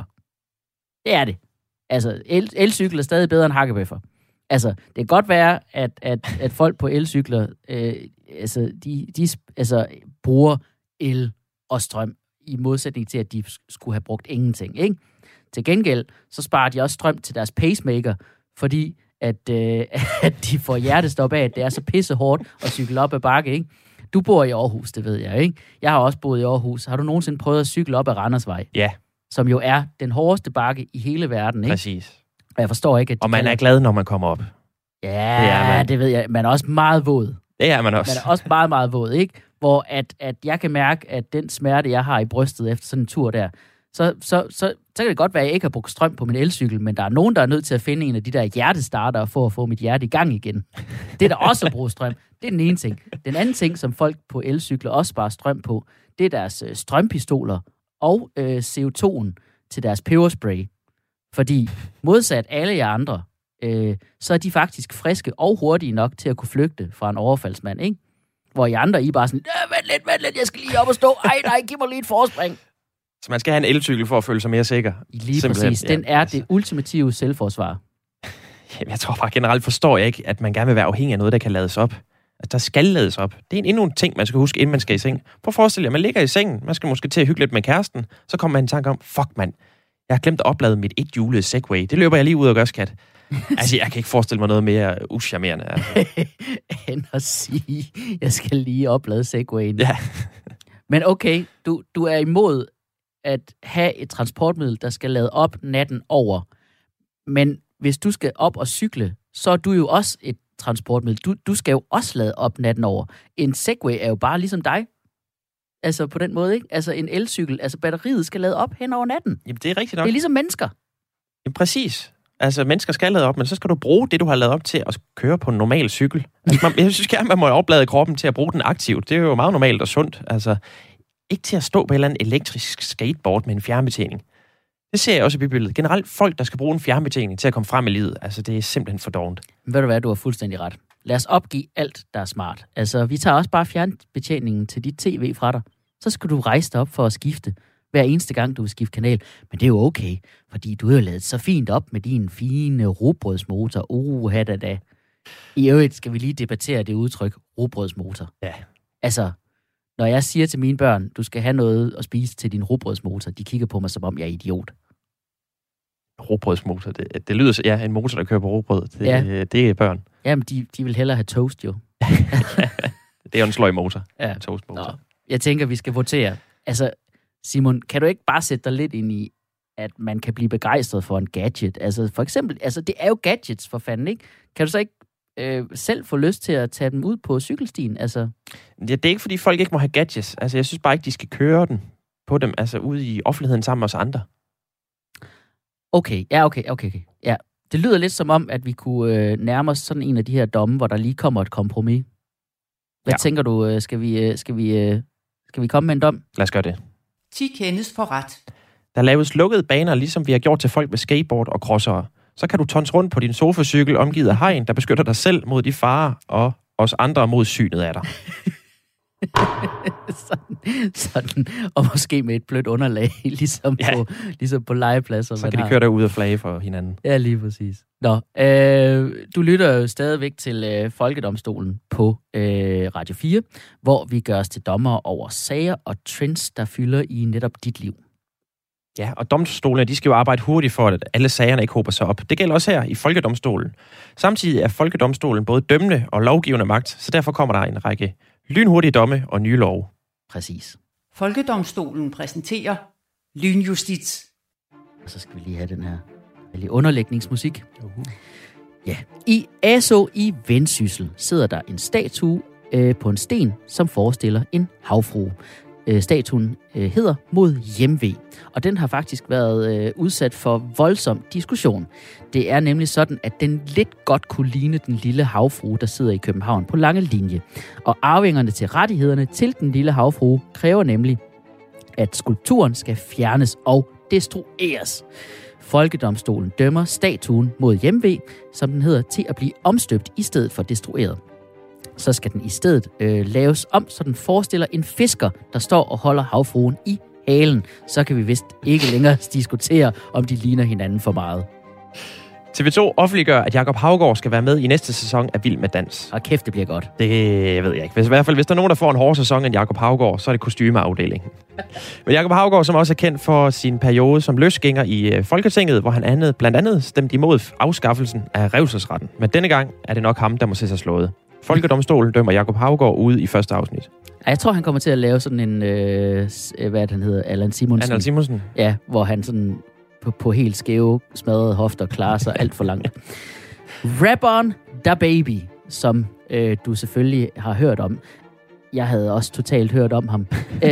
Det er det. Altså, el, elcykel er stadig bedre end hakkebøffer. Altså, det kan godt være, at, at, at folk på elcykler, øh, altså, de, de altså, bruger el og strøm, i modsætning til, at de skulle have brugt ingenting, ikke? Til gengæld, så sparer de også strøm til deres pacemaker, fordi at, øh, at de får hjertestop af, at det er så pissehårdt at cykle op ad bakke, ikke? Du bor i Aarhus, det ved jeg, ikke? Jeg har også boet i Aarhus. Har du nogensinde prøvet at cykle op ad Randersvej?
Ja. Som
jo er den hårdeste bakke i hele verden, ikke?
Præcis.
Og jeg forstår ikke, at...
Og man kalder... er glad, når man kommer op.
Ja, det, er man. Det ved jeg. Man er også meget våd.
Det er man også.
Man er også meget, meget våd, ikke? Hvor at, at jeg kan mærke, at den smerte, jeg har i brystet efter sådan en tur der, så, så, så, så kan det godt være, at jeg ikke har brugt strøm på min elcykel, men der er nogen, der er nødt til at finde en af de der hjertestartere for at få mit hjerte i gang igen. Det er der også at bruge strøm. Det er den ene ting. Den anden ting, som folk på elcykler også sparer strøm på, det er deres øh, strømpistoler og øh, C O to'en til deres peberspray. Fordi modsat alle jer andre, øh, så er de faktisk friske og hurtige nok til at kunne flygte fra en overfaldsmand, ikke? Hvor I andre, I bare sådan, vent lidt, vent lidt, jeg skal lige op og stå. Ej, nej, giv mig lige et forspring.
Så man skal have en elcykel for at føle sig mere sikker?
Lige simpelthen. Præcis. Den er det ultimative selvforsvar.
Jeg tror bare generelt forstår jeg ikke, at man gerne vil være afhængig af noget, der kan lades op. Altså, der skal lades op. Det er en, endnu en ting, man skal huske, inden man skal i seng. Prøv at forestille jer, man ligger i sengen, man skal måske til at hygge lidt med kæresten, så kommer man en tanke om, fuck mand, jeg har glemt at oplade mit ethjulede Segway. Det løber jeg lige ud og gør, skat. Altså, jeg kan ikke forestille mig noget mere uschammerende. Altså.
End at sige, jeg skal lige oplade Segwayen.
Ja.
Men okay, du, du er imod at have et transportmiddel, der skal lade op natten over. Men hvis du skal op og cykle, så er du jo også et transportmiddel. Du, du skal jo også lade op natten over. En Segway er jo bare ligesom dig. Altså på den måde, ikke? Altså en elcykel, altså batteriet skal lade op hen over natten.
Jamen, det er rigtigt nok.
Det er ligesom mennesker.
Jamen, præcis. Altså, mennesker skal lade op, men så skal du bruge det, du har lavet op til at køre på en normal cykel. Altså, man, jeg synes gerne, man må oplade kroppen til at bruge den aktivt. Det er jo meget normalt og sundt. Altså, ikke til at stå på en eller anden elektrisk skateboard med en fjernbetjening. Det ser jeg også i bybilledet. Generelt folk, der skal bruge en fjernbetjening til at komme frem i livet, altså det er simpelthen for dovent.
Ved du hvad, du har fuldstændig ret. Lad os opgive alt, der er smart. Altså, vi tager også bare fjernbetjeningen til dit tv fra dig. Så skal du rejse dig op for at skifte hver eneste gang, du vil skifte kanal. Men det er jo okay, fordi du har jo lavet så fint op med din fine rugbrødsmotor. Uh, da da. I øvrigt skal vi lige debattere det udtryk, rugbrødsmotor.
Ja.
Altså, når jeg siger til mine børn, du skal have noget at spise til din rugbrødsmotor, de kigger på mig, som om jeg er idiot.
Rugbrødsmotor, det, det lyder så, ja, en motor, der kører på rugbrød. Det,
ja.
det er børn.
Jamen, de, de vil hellere have toast, jo.
Det er jo en sløj motor.
Ja.
En toastmotor.
Nå. Jeg tænker, vi skal votere. Altså, Simon, kan du ikke bare sætte dig lidt ind i, at man kan blive begejstret for en gadget? Altså, for eksempel, altså, det er jo gadgets for fanden, ikke? Kan du så ikke øh, selv få lyst til at tage dem ud på cykelstien? Altså...
Ja, det er ikke, fordi folk ikke må have gadgets. Altså, jeg synes bare ikke, de skal køre den på dem, altså ude i offentligheden sammen med os andre.
Okay, ja, okay, okay, okay. Ja. Det lyder lidt som om, at vi kunne øh, nærme os sådan en af de her domme, hvor der lige kommer et kompromis. Hvad ja. tænker du, øh, skal vi, øh, skal, vi, øh, skal vi komme med en dom?
Lad os gøre det.
ti kendes for ret.
Der laves lukkede baner, ligesom vi har gjort til folk med skateboard og crossere. Så kan du tonse rundt på din sofacykel omgivet af hegn, der beskytter dig selv mod de farer og os andre mod synet af dig.
sådan, sådan, og måske med et blødt underlag, ligesom, ja. på, ligesom på legepladser.
Så kan de køre derud og flage for hinanden.
Ja, lige præcis. Nå, øh, du lytter jo stadigvæk til øh, Folkedomstolen på øh, Radio fire, hvor vi gør os til dommer over sager og trends, der fylder i netop dit liv.
Ja, og domstolene, de skal jo arbejde hurtigt for, at alle sagerne ikke hober sig op. Det gælder også her i Folkedomstolen. Samtidig er Folkedomstolen både dømmende og lovgivende magt, så derfor kommer der en række lynhurtige domme og nye love.
Præcis.
Folkedomstolen præsenterer lynjustits.
Og så skal vi lige have den her lige underlægningsmusik. Uh-huh. Ja. I Asaa i Vendsyssel sidder der en statue øh, på en sten, som forestiller en havfrue. Øh, statuen øh, hedder Mod Hjemve, og den har faktisk været øh, udsat for voldsom diskussion. Det er nemlig sådan, at den lidt godt kunne ligne den lille havfrue, der sidder i København på Lange Linje. Og arvingerne til rettighederne til den lille havfrue kræver nemlig, at skulpturen skal fjernes og destrueres. Folkedomstolen dømmer statuen Mod Hjemve, som den hedder, til at blive omstøbt i stedet for destrueret. Så skal den i stedet øh, laves om, så den forestiller en fisker, der står og holder havfruen i halen. Så kan vi vist ikke længere diskutere, om de ligner hinanden for meget.
T V to offentliggør, at Jakob Haugaard skal være med i næste sæson af Vild med Dans.
Og kæft, det bliver godt.
Det ved jeg ikke. Hvis, i hvert fald, hvis der er nogen, der får en hård sæson end Jakob Haugaard, så er det kostymeafdelingen. Men Jakob Haugaard, som også er kendt for sin periode som løsgænger i øh, Folketinget, hvor han andet, blandt andet stemte imod afskaffelsen af revselsesretten. Men denne gang er det nok ham, der må se sig slået. Folkedomstolen dømmer Jakob Haugaard ude i første afsnit.
Jeg tror, han kommer til at lave sådan en, øh, hvad han hedder, Allan Simonsen.
Allan Simonsen?
Ja, hvor han sådan på, på helt skæve, smadrede hofter klarer sig alt for langt. Rapperen DaBaby, som øh, du selvfølgelig har hørt om. Jeg havde også totalt hørt om ham.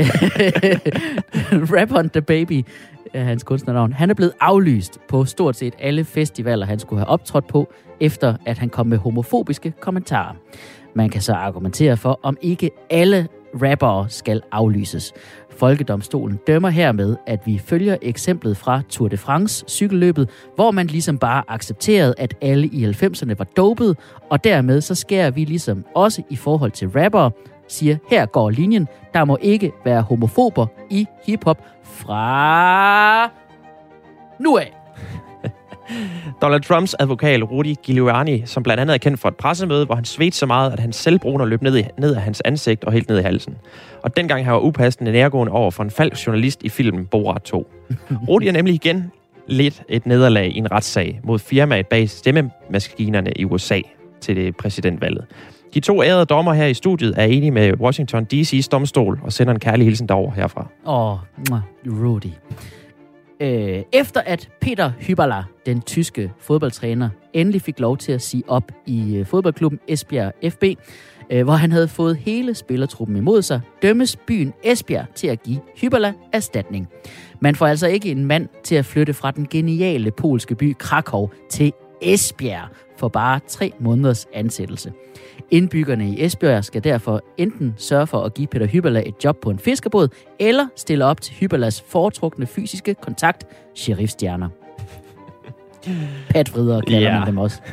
Rapperen DaBaby, hans kunstnernavn, han er blevet aflyst på stort set alle festivaler, han skulle have optrådt på, efter at han kom med homofobiske kommentarer. Man kan så argumentere for, om ikke alle rappere skal aflyses. Folkedomstolen dømmer hermed, at vi følger eksemplet fra Tour de France cykelløbet, hvor man ligesom bare accepterede, at alle i halvfemserne var dopet, og dermed så skærer vi ligesom også i forhold til rappere, siger, her går linjen, der må ikke være homofober i hiphop fra nu af.
Donald Trumps advokat Rudy Giuliani, som blandt andet er kendt for et pressemøde, hvor han svedte så meget, at hans selvbruner løb ned, i, ned af hans ansigt og helt ned i halsen. Og dengang han var upassende nærgående over for en falsk journalist i filmen Borat to. Rudy er nemlig igen lidt et nederlag i en retssag mod firmaet bag stemmemaskinerne i U S A til det præsidentvalget. De to ærede dommer her i studiet er enige med Washington D C's domstol og sender en kærlig hilsen derover herfra.
Åh, oh, Rudy. Øh, efter at Peter Hyballa, den tyske fodboldtræner, endelig fik lov til at sige op i øh, fodboldklubben Esbjerg F B, øh, hvor han havde fået hele spillertruppen imod sig, dømmes byen Esbjerg til at give Hyballa erstatning. Man får altså ikke en mand til at flytte fra den geniale polske by Krakow til Esbjerg for bare tre måneders ansættelse. Indbyggerne i Esbjerg skal derfor enten sørge for at give Peter Hyballa et job på en fiskerbåd, eller stille op til Hyballas foretrukne fysiske kontakt, sheriffstjerner. Patvridere kalder yeah. man dem også.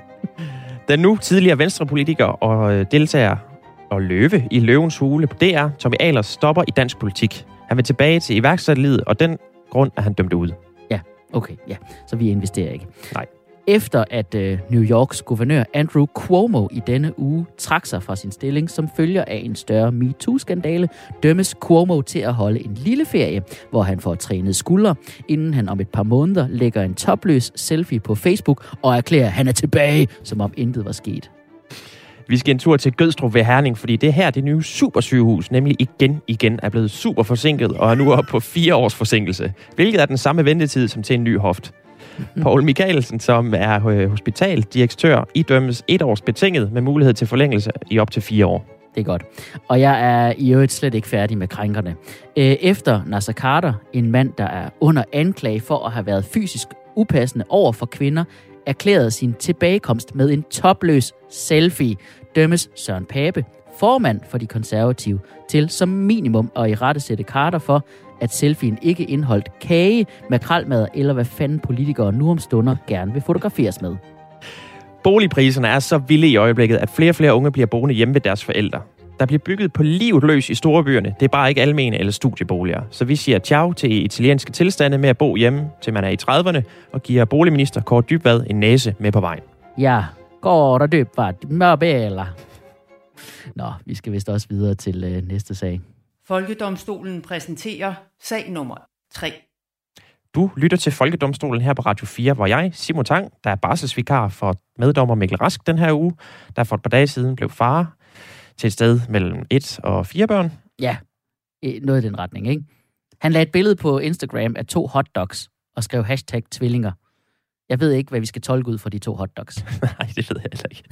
Den nu tidligere venstrepolitiker og deltager og løve i Løvens Hule på D R, Tommy Ahlers, stopper i dansk politik. Han vil tilbage til iværksætterlivet, og den grund er han dømt ud.
Ja, okay, ja. Så vi investerer ikke.
Nej.
Efter at øh, New Yorks guvernør Andrew Cuomo i denne uge trak sig fra sin stilling som følger af en større MeToo-skandale, dømmes Cuomo til at holde en lille ferie, hvor han får trænet skuldre, inden han om et par måneder lægger en topløs selfie på Facebook og erklærer, at han er tilbage, som om intet var sket.
Vi skal en tur til Gødstrup ved Herning, fordi det her, det nye supersygehus, nemlig igen igen er blevet super forsinket og er nu oppe på fire års forsinkelse, hvilket er den samme ventetid som til en ny hoft. Poul Michaelsen, som er hospitaldirektør, idømmes et års betinget med mulighed til forlængelse i op til fire år.
Det er godt. Og jeg er i øvrigt slet ikke færdig med krænkerne. Efter Nasser Carter, en mand, der er under anklage for at have været fysisk upassende over for kvinder, erklærede sin tilbagekomst med en topløs selfie, dømmes Søren Pape, formand for de konservative, til som minimum at irettesætte Carter for, at selfien ikke indeholdt kage, makrelmad eller hvad fanden politikere nu om stunder gerne vil fotograferes med.
Boligpriserne er så vilde i øjeblikket, at flere og flere unge bliver boende hjemme ved deres forældre. Der bliver bygget på livet løs i storebyerne. Det er bare ikke almene eller studieboliger. Så vi siger ciao til italienske tilstande med at bo hjemme, til man er i trediverne, og giver boligminister Kaare Dybvad en næse med på vejen.
Ja, Kaare Dybvad, mørbæler. Nå, vi skal vist også videre til øh, næste sag.
Folkedomstolen præsenterer sag nummer tre.
Du lytter til Folkedomstolen her på Radio fire, hvor jeg, Simon Tang, der er barselsvikar for meddommer Mikkel Rask den her uge, der for et par dage siden blev far til et sted mellem et og fire børn.
Ja, noget i den retning, ikke? Han lagde et billede på Instagram af to hotdogs og skrev hashtag tvillinger. Jeg ved ikke, hvad vi skal tolke ud for de to hotdogs.
Nej, det ved jeg heller ikke.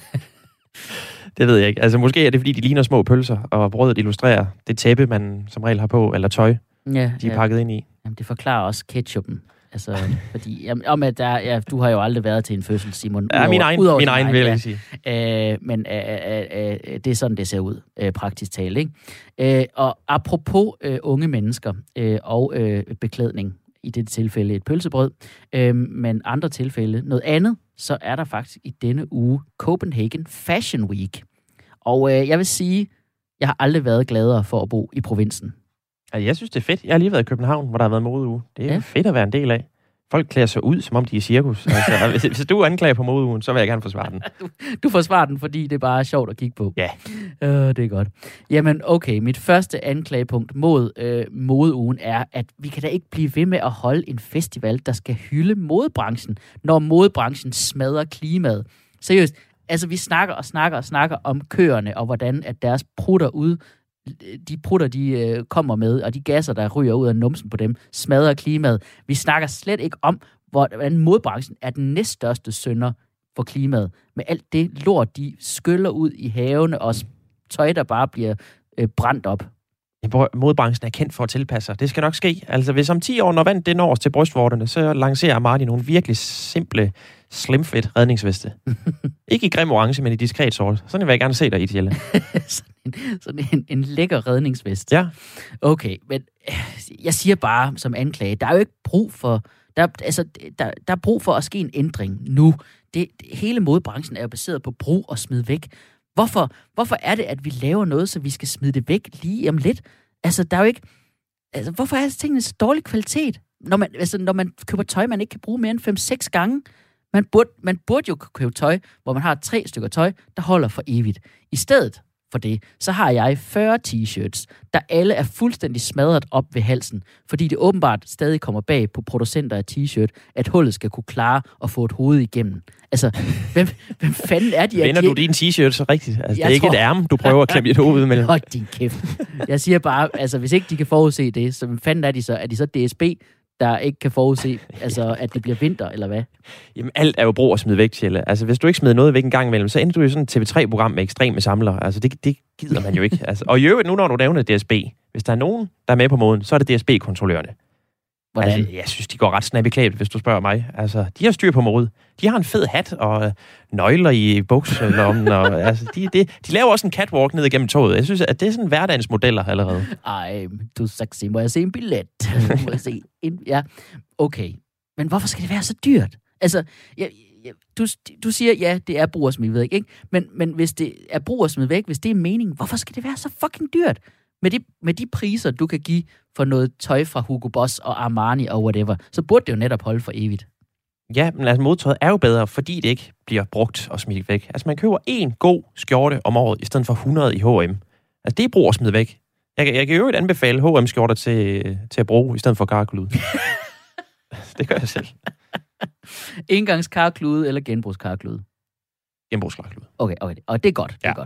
Det ved jeg ikke. Altså, måske er det, fordi de ligner små pølser, og brødet illustrerer det tæppe, man som regel har på, eller tøj, ja, de er ja. pakket ind i.
Jamen, det forklarer også ketchupen. Altså, fordi, jamen, om at der, ja, du har jo aldrig været til en fødsel, Simon.
Ja, udover, min egen, min egen, vil jeg sige.
Øh, men øh, øh, øh, det er sådan, det ser ud, øh, praktisk talt, ikke? Øh, og apropos øh, unge mennesker øh, og øh, beklædning, i dette tilfælde et pølsebrød, øh, men andre tilfælde noget andet, så er der faktisk i denne uge Copenhagen Fashion Week. Og øh, jeg vil sige, jeg har aldrig været gladere for at bo i provinsen.
Altså, jeg synes, det er fedt. Jeg har lige været i København, hvor der har været modeuge. Det er ja. fedt at være en del af. Folk klæder sig ud, som om de er cirkus. Altså, hvis, hvis du anklager på modeugen, så vil jeg gerne forsvare den.
du, du forsvarer den, fordi det er bare sjovt at kigge på.
Ja.
Øh, det er godt. Jamen, okay. Mit første anklagepunkt mod øh, modeugen er, at vi kan da ikke blive ved med at holde en festival, der skal hylde modebranchen, når modebranchen smadrer klimaet. Seriøst. Altså, vi snakker og snakker og snakker om køerne, og hvordan at deres prutter ud, de prutter, de øh, kommer med, og de gasser, der ryger ud af numsen på dem, smadrer klimaet. Vi snakker slet ikke om, hvordan modebranchen er den næststørste synder for klimaet. Med alt det lort, de skyller ud i havene, og tøj, der bare bliver øh, brændt op.
Modebranchen er kendt for at tilpasse sig. Det skal nok ske. Altså, hvis om ti år, når vand det når os til brystvorterne, så lancerer Martin nogle virkelig simple slimfit redningsveste. Ikke i grim orange, men i diskret sort. Sådan vil jeg gerne se dig i, Tjelle.
sådan en, sådan en, en lækker redningsvest.
Ja.
Okay, men jeg siger bare som anklage, der er jo ikke brug for, der, altså, der, der er brug for at ske en ændring nu. Det, hele modebranchen er jo baseret på brug og smid væk. Hvorfor, hvorfor er det, at vi laver noget, så vi skal smide det væk lige om lidt? Altså, der er jo ikke... Altså, hvorfor er tingene så dårlig kvalitet? når man, altså, når man køber tøj, man ikke kan bruge mere end fem seks gange. Man burde, man burde jo købe tøj, hvor man har tre stykker tøj, der holder for evigt. I stedet for det, så har jeg fyrre t-shirts, der alle er fuldstændig smadret op ved halsen, fordi det åbenbart stadig kommer bag på producenter af t-shirt, at hullet skal kunne klare at få et hoved igennem. Altså, hvem, hvem fanden er de?
Vender
de...
du din t-shirt så rigtigt? Altså, det er ikke
tror...
et ærme, du prøver at klemme dit hoved imellem.
Hold din kæft. Jeg siger bare, altså, hvis ikke de kan forudse det, så hvem fanden er de så? Er de så D S B, der ikke kan forudse, altså, at det bliver vinter, eller hvad?
Jamen, alt er jo brug at smide væk, Tjelle. Altså, hvis du ikke smider noget væk en gang imellem, så ender du jo sådan et T V tre-program med ekstreme samlere. Altså, det, det gider man jo ikke. Altså, og i øvrigt, nu når du nævner D S B, hvis der er nogen, der er med på moden, så er det D S B-kontrollørerne.
Hvordan?
Altså, jeg synes, de går ret snappy klædt, hvis du spørger mig. Altså, de har styr på mode. De har en fed hat og øh, nøgler i bukselommen. og altså, de, de, de laver også en catwalk ned igennem toget. Jeg synes, at det er sådan hverdagens modeller allerede.
Ej, du er sexy. Må jeg se en billet? Må jeg se en... Ja, okay. Men hvorfor skal det være så dyrt? Altså, jeg, jeg, du, du siger, ja, det er brug og smid væk, ikke? Men, men hvis det er brug og smid væk, hvis det er meningen, hvorfor skal det være så fucking dyrt? Med de, med de priser, du kan give for noget tøj fra Hugo Boss og Armani og whatever, så burde det jo netop holde for evigt.
Ja, men altså modtøjet er jo bedre, fordi det ikke bliver brugt og smidt væk. Altså man køber en god skjorte om året, i stedet for hundrede i H og M. Altså det er brug og smid væk. Jeg, jeg kan jo ikke anbefale H og M-skjorter til, til at bruge, i stedet for karklude. Det gør jeg selv.
Engangskarklude eller genbrugskarklude?
Genbrugskarklude.
Okay, okay. Og det er godt. Det er
Ja.
godt.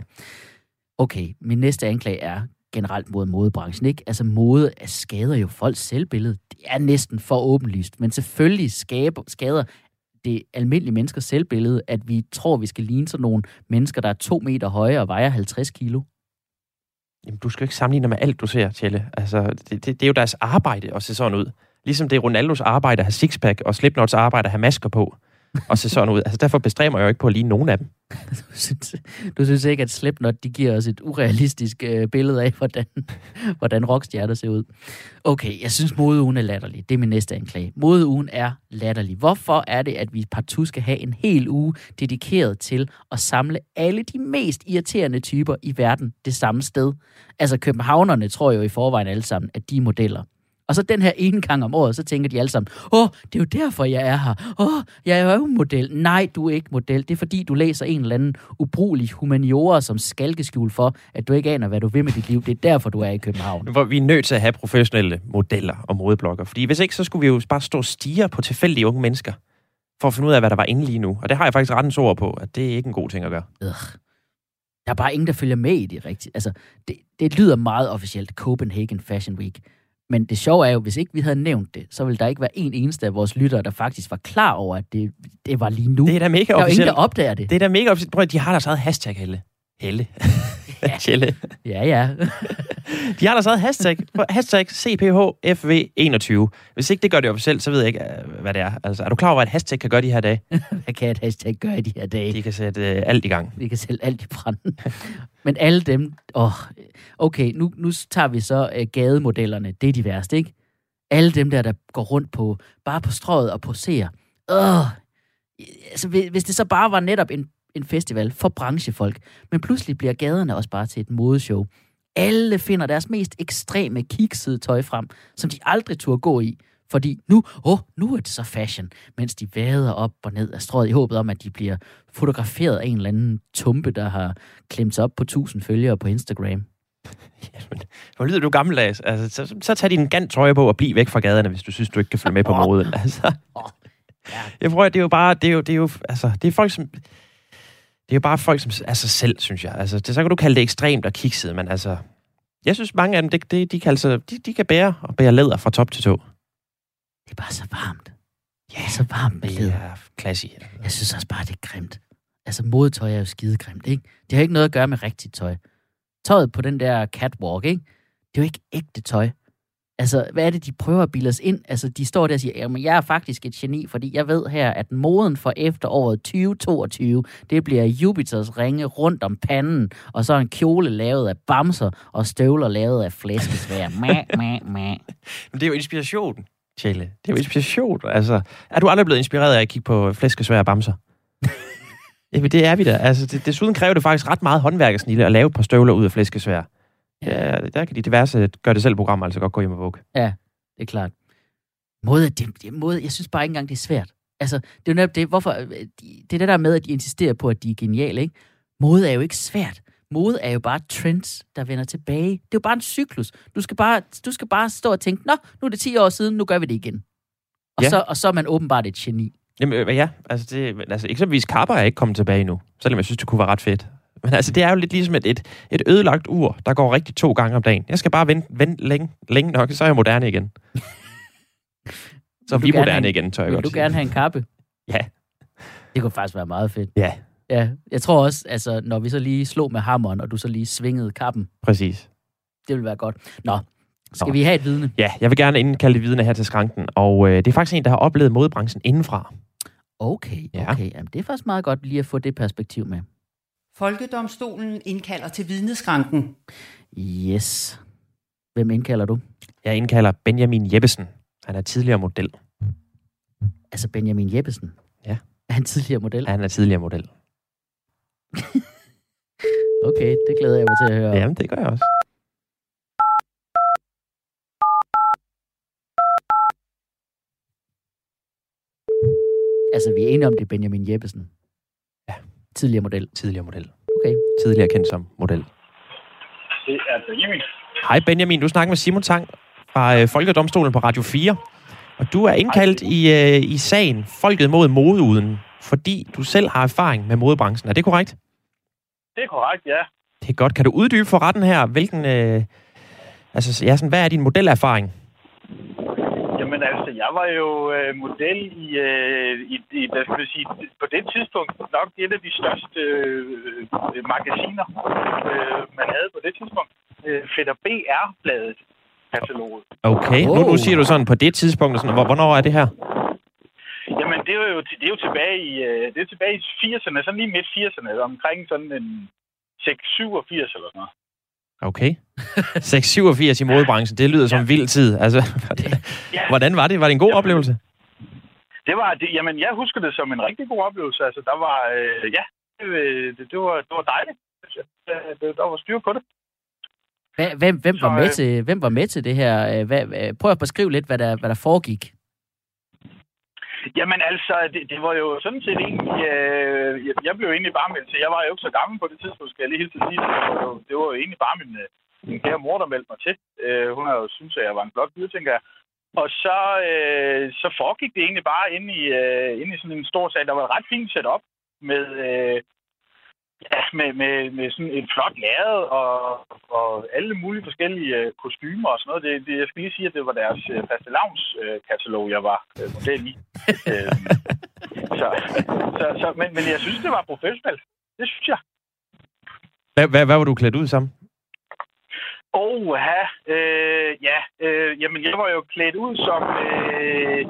Okay, min næste anklage er generelt mod modebranchen, ikke? Altså mode skader jo folks selvbillede. Det er næsten for åbenlyst, men selvfølgelig skaber, skader det almindelige menneskers selvbillede, at vi tror, vi skal ligne sådan nogle mennesker, der er to meter høje og vejer halvtreds kilo.
Jamen, du skal jo ikke sammenligne med alt, du ser, Tjelle. Altså, det, det, det er jo deres arbejde at se sådan ud. Ligesom det er Ronaldos arbejde at have sixpack, og Slipknots arbejde at have masker på og se sådan ud. Altså, derfor bestræber jeg jo ikke på at ligne nogen af dem.
Du synes, du synes ikke, at Slipknot, de giver os et urealistisk øh, billede af, hvordan, hvordan rockstjerner ser ud. Okay, jeg synes, modeugen er latterlig. Det er min næste anklage. Modeugen er latterlig. Hvorfor er det, at vi partout skal have en hel uge dedikeret til at samle alle de mest irriterende typer i verden det samme sted? Altså, københavnerne tror jo i forvejen alle sammen, at de er modeller. Og så den her ene gang om året, så tænker de alle sammen, åh, det er jo derfor, jeg er her. Åh, jeg er jo model. Nej, du er ikke model. Det er fordi, du læser en eller anden ubrugelig humaniora som skalkeskjul for, at du ikke aner, hvad du vil med dit liv. Det er derfor, du er i København.
Hvor vi er nødt til at have professionelle modeller og modebloggere. Fordi hvis ikke, så skulle vi jo bare stå og stige på tilfældige unge mennesker, for at finde ud af, hvad der var inde lige nu. Og det har jeg faktisk rettens ord på, at det er ikke en god ting at gøre.
Øh. Der er bare ingen, der følger med i det rigtigt. Altså, det, det lyder meget officielt, Copenhagen Fashion Week. Men det sjove er jo, hvis ikke vi havde nævnt det, så ville der ikke være en eneste af vores lyttere, der faktisk var klar over, at det, det var lige nu.
Det er da mega officielt.
Der er jo ingen, der opdager det.
Det er da mega officielt. Prøv at, de har deres eget hashtag, Helle. Helle.
Ja.
Tjelle.
Ja, ja.
De har deres eget hashtag. Hashtag C P H F V enogtyve. Hvis ikke det gør det officielt, så ved jeg ikke, hvad det er. Altså, er du klar over, hvad et hashtag kan gøre de her dage?
Hvad kan et hashtag gøre i de her dage?
De kan sætte øh, alt i gang.
Vi kan sætte alt i branden. Men alle dem... Åh, okay, nu, nu tager vi så uh, gademodellerne. Det er de værste, ikke? Alle dem der, der går rundt på bare på strøget og poserer. Åh, altså, hvis det så bare var netop en, en festival for branchefolk, men pludselig bliver gaderne også bare til et modeshow. Alle finder deres mest ekstreme kiksede tøj frem, som de aldrig turde gå i. Fordi nu, åh, nu er det så fashion, mens de vader op og ned af strøget i håbet om, at de bliver fotograferet af en eller anden tumpe, der har klemt sig op på tusind følgere på Instagram.
Jamen, hvor lyder du gammeldags? Altså, så, så tag din gant trøje på og bliv væk fra gaderne, hvis du synes, du ikke kan følge med på
oh.
moden. Altså,
oh. Ja.
Jeg prøver, det er jo bare, det er jo, det er jo, altså, det er folk, som, det er jo bare folk, som er sig selv, synes jeg. Altså, det, så kan du kalde det ekstremt og kikset, men altså, jeg synes, mange af dem, det, det, de, kan altså, de, de kan bære og bære læder fra top til tå.
Det er bare så varmt. Ja, så varmt med læder.
Ja, klasse.
Jeg synes også bare, det er grimt. Altså, modetøj er jo skidegrimt, ikke? Det har ikke noget at gøre med rigtigt tøj. Tøjet på den der catwalk, ikke? Det er jo ikke ægte tøj. Altså, hvad er det, de prøver at bilde os ind? Altså, de står der og siger, jamen, jeg er faktisk et geni, fordi jeg ved her, at moden for efteråret tyve toogtyve, det bliver Jupiters ringe rundt om panden, og så en kjole lavet af bamser, og støvler lavet af flæskesvær. Mæ, mæ, mæ.
Men det er jo inspirationen, Tjelle. Det er jo inspiration. Altså, er du aldrig blevet inspireret af at kigge på flæskesvær og bamser? Jamen, det er vi da. Altså, det, desuden kræver det faktisk ret meget håndværkersnille at lave et par støvler ud af flæskesvær. Ja, der kan de diverse gør det selv programmer altså godt gå hjem og bukke.
Ja, det er klart. Mode, det, det, mode, jeg synes bare ikke engang, det er svært. Altså, det er jo netop det, hvorfor, det er det der med, at de insisterer på, at de er geniale, ikke? Mode er jo ikke svært. Mode er jo bare trends, der vender tilbage. Det er jo bare en cyklus. Du skal bare, du skal bare stå og tænke, nå, nu er det ti år siden, nu gør vi det igen. Og,
ja.
så, og så er man åbenbart et geni.
Jamen, ja, altså, det, altså eksempelvis Kappa er ikke kommet tilbage nu, selvom jeg synes, det kunne være ret fedt. Men altså, det er jo lidt ligesom et, et, et ødelagt ur, der går rigtig to gange om dagen. Jeg skal bare vente, vente længe, længe nok, så er jeg moderne igen. Så er vi moderne en, igen, tør jeg
vil
godt
du
sige.
gerne have en kappe?
Ja.
Det kunne faktisk være meget fedt.
Ja.
Ja, jeg tror også, altså, når vi så lige slog med hammeren, og du så lige svingede kappen.
Præcis.
Det vil være godt. Nå, skal
Nå.
vi have et vidne?
Ja, jeg vil gerne indkalde det vidne her til skranken, og øh, det er faktisk en, der har oplevet modebranchen indenfra.
Okay,
Ja.
okay. Jamen, det er faktisk meget godt lige at få det perspektiv med.
Folkedomstolen indkalder til vidneskranken.
Yes. Hvem indkalder du?
Jeg indkalder Benjamin Jeppesen. Han er tidligere model.
Altså Benjamin Jeppesen?
Ja.
Er han tidligere model?
Han er tidligere model.
Okay, det glæder jeg mig til at høre.
Jamen, det gør jeg også.
Altså, vi er enige om, det er Benjamin Jeppesen?
Ja.
Tidligere model?
Tidligere model.
Okay.
Tidligere kendt som model.
Det er Benjamin.
Hej Benjamin, du snakker med Simon Tang fra øh, Folkedomstolen på Radio fire. Og du er indkaldt i, øh, i sagen Folket mod modeuden, fordi du selv har erfaring med modebranchen. Er det korrekt?
Det er korrekt, ja.
Det er godt. Kan du uddybe for retten her, hvilken, øh, altså, ja, sådan, hvad er din modelerfaring?
Jamen altså, jeg var jo øh, model i, øh, i, i hvad skal jeg sige, på det tidspunkt nok et af de største øh, magasiner, øh, man havde på det tidspunkt. Øh, Fætter B R-bladet kataloget.
Okay, oh. nu, nu siger du sådan på det tidspunkt, sådan, hvor, hvornår er det her?
Jamen, det er jo, det er jo tilbage i, øh, det er tilbage i firserne, sådan lige midt firserne, omkring sådan en seks syvogfirs eller sådan noget.
Okay. seks syvogfirs i modebranchen, det lyder som en vild tid. Altså,
Ja.
hvordan var det? Var det en god
Jamen,
oplevelse?
Det var, det, jamen, jeg husker det som en rigtig god oplevelse. Altså, der var, øh, ja, det, det, var, det var dejligt. Der, der var styr på det.
Hvem, hvem, var
Så,
med
øh,
til, hvem var med til det her? Hvad, prøv at beskrive lidt, hvad der, hvad der foregik.
Jamen altså, det, det var jo sådan set egentlig... Øh, jeg, jeg blev egentlig bare meldt til. Jeg var jo ikke så gammel på det tidspunkt, skal jeg lige helt til sige. Det var jo, det var jo egentlig bare min, min kære mor, der meldte mig til. Øh, hun har jo syntes, at jeg var en flot fyr, tænker jeg. Og så, øh, så foregik det egentlig bare inde i, øh, inde i sådan en stor sag. Der var et ret fint setup med... Øh, Ja, med, med, med sådan et flot lærred og, og alle mulige forskellige øh, kostymer og sådan noget. Det, det, jeg skal lige sige, at det var deres øh, fastelavnskatalog, jeg var øh, model i. øh, så, så, så, men, men jeg synes, det var professionelt. Det synes jeg.
Hvad, hvad, hvad var du klædt ud som?
Åh, oh, øh, ja. Øh, jamen, jeg var jo klædt ud som... Øh,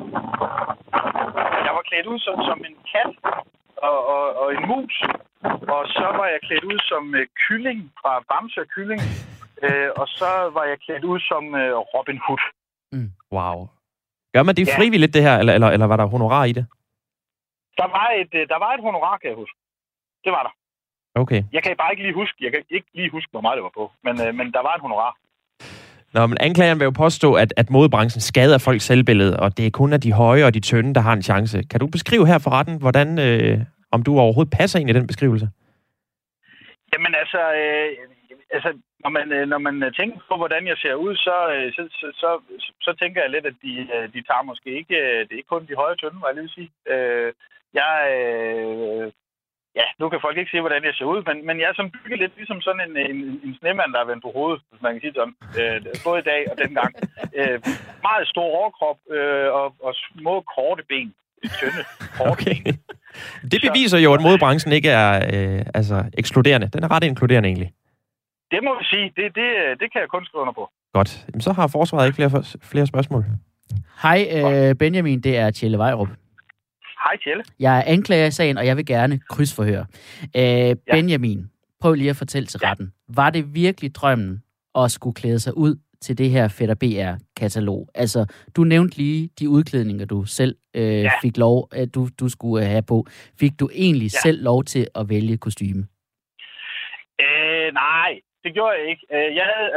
jeg var klædt ud som, som en kat og, og, og en mus. Og så var jeg klædt ud som øh, kylling fra Bamse og Kylling. Øh, og så var jeg klædt ud som øh, Robin Hood.
Mm. Wow. Gør man det
Ja.
frivilligt, det her, eller, eller, eller var der honorar i det?
Der var et, øh, der var et honorar, kan jeg huske. Det var der.
Okay.
Jeg kan bare ikke lige huske, jeg kan ikke lige huske, hvor meget det var på. Men, øh, men der var et honorar.
Nå, men anklageren vil jo påstå, at, at modebranchen skader folks selvbillede, og det er kun af de høje og de tynde, der har en chance. Kan du beskrive her for retten, hvordan... Øh, om du overhovedet passer ind i den beskrivelse?
Jamen altså, øh, altså når, man, når man tænker på, hvordan jeg ser ud, så, så, så, så, så tænker jeg lidt, at de, de tager måske ikke, det er ikke kun de høje tynde, hvad jeg lige vil sige. Øh, jeg, øh, ja, nu kan folk ikke se, hvordan jeg ser ud, men, men jeg er sådan bygget lidt ligesom sådan en, en, en snemand, der er vendt på hovedet, hvis man kan sige sådan. Øh, både i dag og dengang. Øh, meget stor overkrop øh, og, og små, korte ben. Tynde, korte
Okay.
ben.
Det beviser jo, at modebranchen ikke er øh, altså, ekskluderende. Den er ret inkluderende egentlig.
Det må vi sige. Det, det, det kan jeg kun skrive under på.
Godt. Jamen, så har forsvaret ikke flere, flere spørgsmål.
Hej øh, Benjamin, det er Tjelle Vejrup.
Hej Tjelle.
Jeg er anklager i sagen, og jeg vil gerne krydsforhøre. Øh, ja. Benjamin, prøv lige at fortælle til
Ja.
retten. Var det virkelig drømmen at skulle klæde sig ud til det her Fætter B R-katalog? Altså, du nævnte lige de udklædninger, du selv øh, ja. fik lov, at du, du skulle have på. Fik du egentlig ja. selv lov til at vælge kostyme?
Øh, nej, det gjorde jeg ikke. Jeg havde, altså,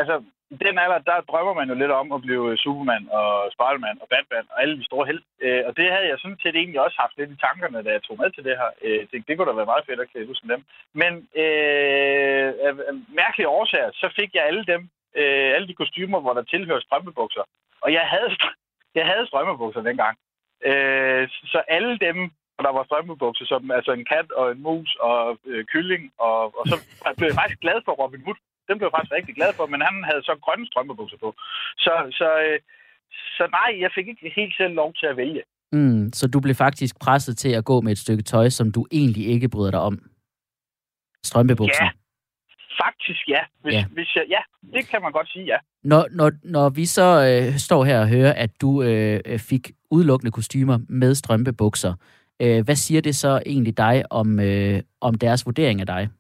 den alder, der drømmer man jo lidt om at blive Superman og Spiderman og Batman og alle de store helte. Øh, og det havde jeg sådan set egentlig også haft lidt i tankerne, da jeg tog med til det her. Øh, det, det kunne da være meget fedt at klæde ud som dem. Men øh, af mærkelige årsager, så fik jeg alle dem, øh, alle de kostymer, hvor der tilhører strømpebukser. Og jeg havde, jeg havde strømpebukser dengang. Øh, så alle dem, hvor der var strømpebukser, som altså en kat og en mus og øh, kylling, og, og så blev jeg faktisk glad for Robin Hood. Den blev jeg faktisk rigtig glad for, men han havde så grønne strømpebukser på. Så, så, øh, så nej, jeg fik ikke helt selv lov til at vælge.
Mm, så du blev faktisk presset til at gå med et stykke tøj, som du egentlig ikke bryder dig om? Strømpebukser?
Ja, faktisk ja. Hvis,
ja.
Hvis jeg, ja, det kan man godt sige, ja.
Når, når, når vi så øh, står her og hører, at du øh, fik udelukkende kostymer med strømpebukser, øh, hvad siger det så egentlig dig om, øh, om deres vurdering af dig?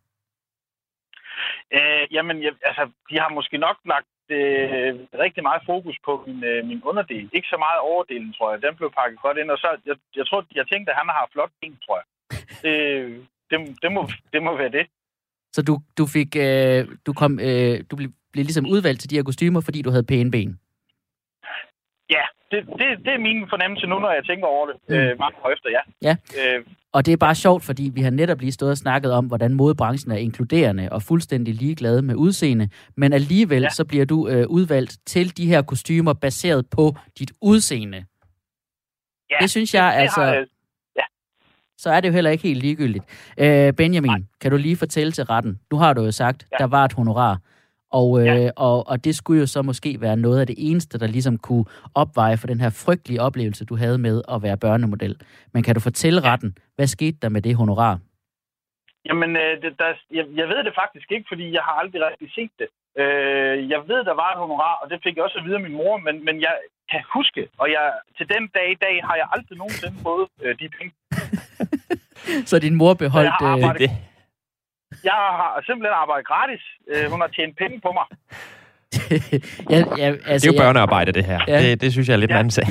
Øh, jamen, jeg, altså, de har måske nok lagt øh, rigtig meget fokus på min, øh, min underdel. Ikke så meget overdelen, tror jeg. Den blev pakket godt ind, og så, jeg, jeg tror, jeg tænkte, at han har flot ben, tror jeg. Det, det, det, må, det må være det. Så
du, du fik, øh, du kom, øh, du blev, blev ligesom udvalgt til de her kostymer, fordi du havde pæne ben?
Ja, det, det, det er min fornemmelse nu, når jeg tænker over det. Mm. Øh, mange år efter, ja.
Ja,
øh,
og det er bare sjovt, fordi vi har netop lige stået og snakket om, hvordan modebranchen er inkluderende og fuldstændig ligeglade med udseende, men alligevel ja. så bliver du øh, udvalgt til de her kostymer baseret på dit udseende.
Ja,
det synes jeg
det, det
altså...
Har, ja.
Så er det jo heller ikke helt ligegyldigt. Øh, Benjamin, Nej. kan du lige fortælle til retten? Nu har du jo sagt, ja. der var et honorar. Og, ja. øh, og, og det skulle jo så måske være noget af det eneste, der ligesom kunne opveje for den her frygtelige oplevelse, du havde med at være børnemodel. Men kan du fortælle retten, hvad skete der med det honorar?
Jamen, øh, det, der, jeg, jeg ved det faktisk ikke, fordi jeg har aldrig rigtig set det. Øh, jeg ved, der var et honorar, og det fik jeg også at vide af min mor, men, men jeg kan huske, og jeg, til den dag i dag har jeg aldrig nogensinde fået øh, de penge.
Så din mor beholdt
arbejdet,
det?
Jeg har simpelthen arbejdet gratis. Øh, hun har tjent penge på mig.
ja, ja, altså,
det er jo børnearbejde, det her. Ja. Det, det synes jeg er lidt ja. en anden sag.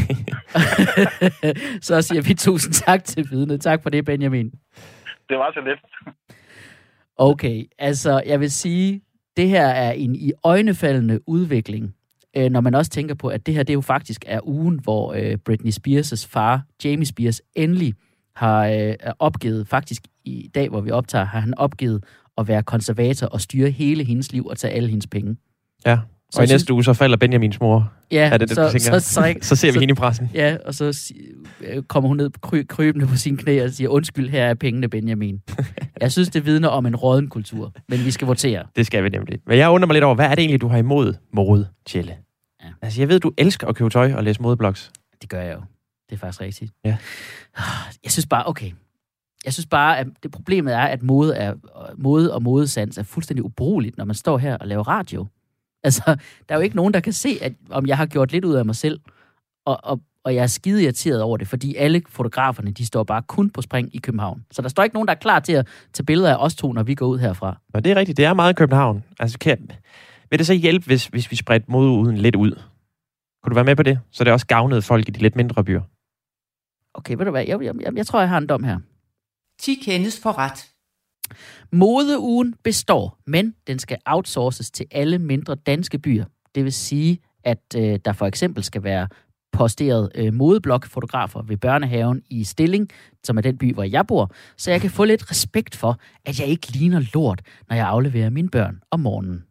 Så siger vi tusind tak til vidnet. Tak for det, Benjamin.
Det var så lidt.
Okay, altså jeg vil sige, det her er en iøjnefaldende udvikling, øh, når man også tænker på, at det her det jo faktisk er ugen, hvor øh, Britney Spears' far, Jamie Spears, endelig har øh, opgivet, faktisk i dag, hvor vi optager, har han opgivet at være konservator og styre hele hendes liv og tage alle hendes penge.
Ja, og så i næste synes... uge så falder Benjamins mor.
Ja,
er det, det,
så,
så,
så, så,
så ser vi
så,
hende i pressen.
Ja, og så kommer hun ned kry, krybende på sine knæ og siger, undskyld, her er pengene, Benjamin. Jeg synes, det vidner om en råden kultur, men vi skal votere.
Det skal vi nemlig. Men jeg undrer mig lidt over, hvad er det egentlig, du har imod mode, Tjelle? Ja. Altså, jeg ved, du elsker at købe tøj og læse modeblogs.
Det gør jeg jo. Det er faktisk rigtigt.
Ja.
Jeg synes bare, okay. Jeg synes bare, at det problemet er, at mode, er, mode og modesans er fuldstændig ubrugeligt, når man står her og laver radio. Altså, der er jo ikke nogen, der kan se, at, om jeg har gjort lidt ud af mig selv, og, og, og jeg er skide irriteret over det, fordi alle fotograferne, de står bare kun på spring i København. Så der står ikke nogen, der er klar til at tage billeder af os to, når vi går ud herfra.
Og det er rigtigt, det er meget København. Altså, kan, vil det så hjælpe, hvis, hvis vi spredte modeuden lidt ud? Kunne du være med på det? Så det også gavnede folk i de lidt mindre byer.
Okay, ved du hvad? Jeg, jeg, jeg, jeg tror, jeg har en dom her.
ti kendes for ret.
Modeugen består, men den skal outsources til alle mindre danske byer. Det vil sige, at øh, der for eksempel skal være posteret øh, modeblogfotografer ved børnehaven i Stilling, som er den by, hvor jeg bor, så jeg kan få lidt respekt for, at jeg ikke ligner lort, når jeg afleverer mine børn om morgenen.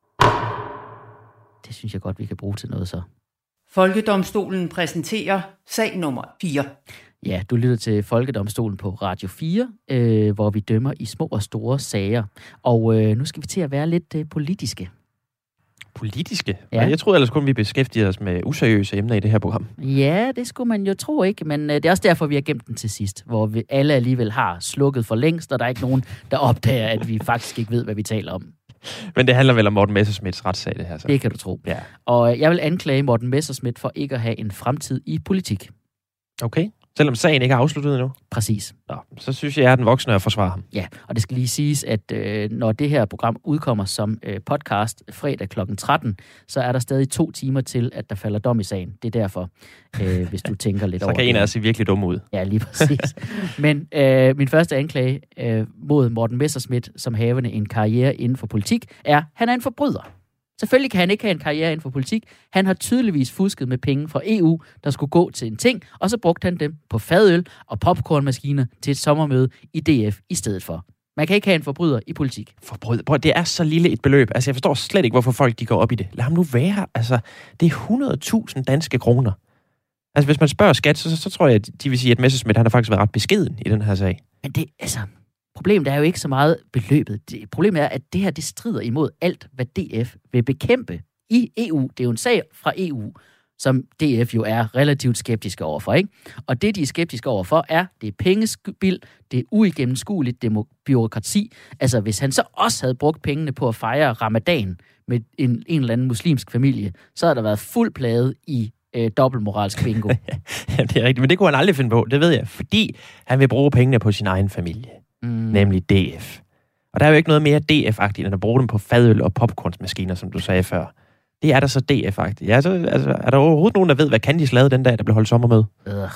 Det synes jeg godt, vi kan bruge til noget så.
Folkedomstolen præsenterer sag nummer fire.
Ja, du lytter til Folkedomstolen på Radio fire, øh, hvor vi dømmer i små og store sager. Og øh, nu skal vi til at være lidt øh, politiske.
Politiske? Ja. Jeg troede ellers kun, vi beskæftigede os med useriøse emner i det her program.
Ja, det skulle man jo tro ikke, men øh, det er også derfor, vi har gemt den til sidst, hvor vi alle alligevel har slukket for længst, og der er ikke nogen, der opdager, at vi faktisk ikke ved, hvad vi taler om.
Men det handler vel om Morten Messerschmidts retssag, det her så?
Det kan du tro.
Ja.
Og jeg vil anklage Morten Messerschmidt for ikke at have en fremtid i politik.
Okay. Selvom sagen ikke er afsluttet endnu?
Præcis.
Nå, så synes jeg, jeg er den voksne at forsvare ham.
Ja, og det skal lige siges, at øh, når det her program udkommer som øh, podcast fredag klokken tretten, så er der stadig to timer til, at der falder dom i sagen. Det er derfor, øh, hvis du tænker lidt over det.
Så kan en af os se virkelig dum ud.
Ja, lige præcis. Men øh, min første anklage øh, mod Morten Messerschmidt som havende en karriere inden for politik, er, at han er en forbryder. Selvfølgelig kan han ikke have en karriere inden for politik. Han har tydeligvis fusket med penge fra E U, der skulle gå til en ting, og så brugte han dem på fadøl og popcornmaskiner til et sommermøde i D F i stedet for. Man kan ikke have en forbryder i politik.
Forbryder? Prøv, det er så lille et beløb. Altså, jeg forstår slet ikke, hvorfor folk de går op i det. Lad ham nu være. Altså, det er hundrede tusind danske kroner. Altså, hvis man spørger skat, så, så, så tror jeg, at de vil sige, at Messerschmidt, han har faktisk været ret beskeden i den her sag.
Men det, altså, problemet er jo ikke så meget beløbet. Det, problemet er, at det her, det strider imod alt, hvad D F vil bekæmpe i E U. Det er jo en sag fra E U, som D F jo er relativt skeptiske overfor, ikke? Og det, de er skeptiske overfor, er, det er pengespild, det er uigennemskueligt demo- byråkrati. Altså, hvis han så også havde brugt pengene på at fejre ramadan med en, en eller anden muslimsk familie, så havde der været fuld plade i øh, dobbeltmoralsk bingo.
Ja, det er rigtigt, men det kunne han aldrig finde på, det ved jeg, fordi han vil bruge pengene på sin egen familie, mm. nemlig D F. Og der er jo ikke noget mere D F-agtigt, end at bruge dem på fadøl og popcornsmaskiner, som du sagde før. Det er der så D F-agtigt. Ja, så, altså, er der overhovedet nogen, der ved, hvad Candice lavede den dag, der blev holdt sommermøde?
Øh.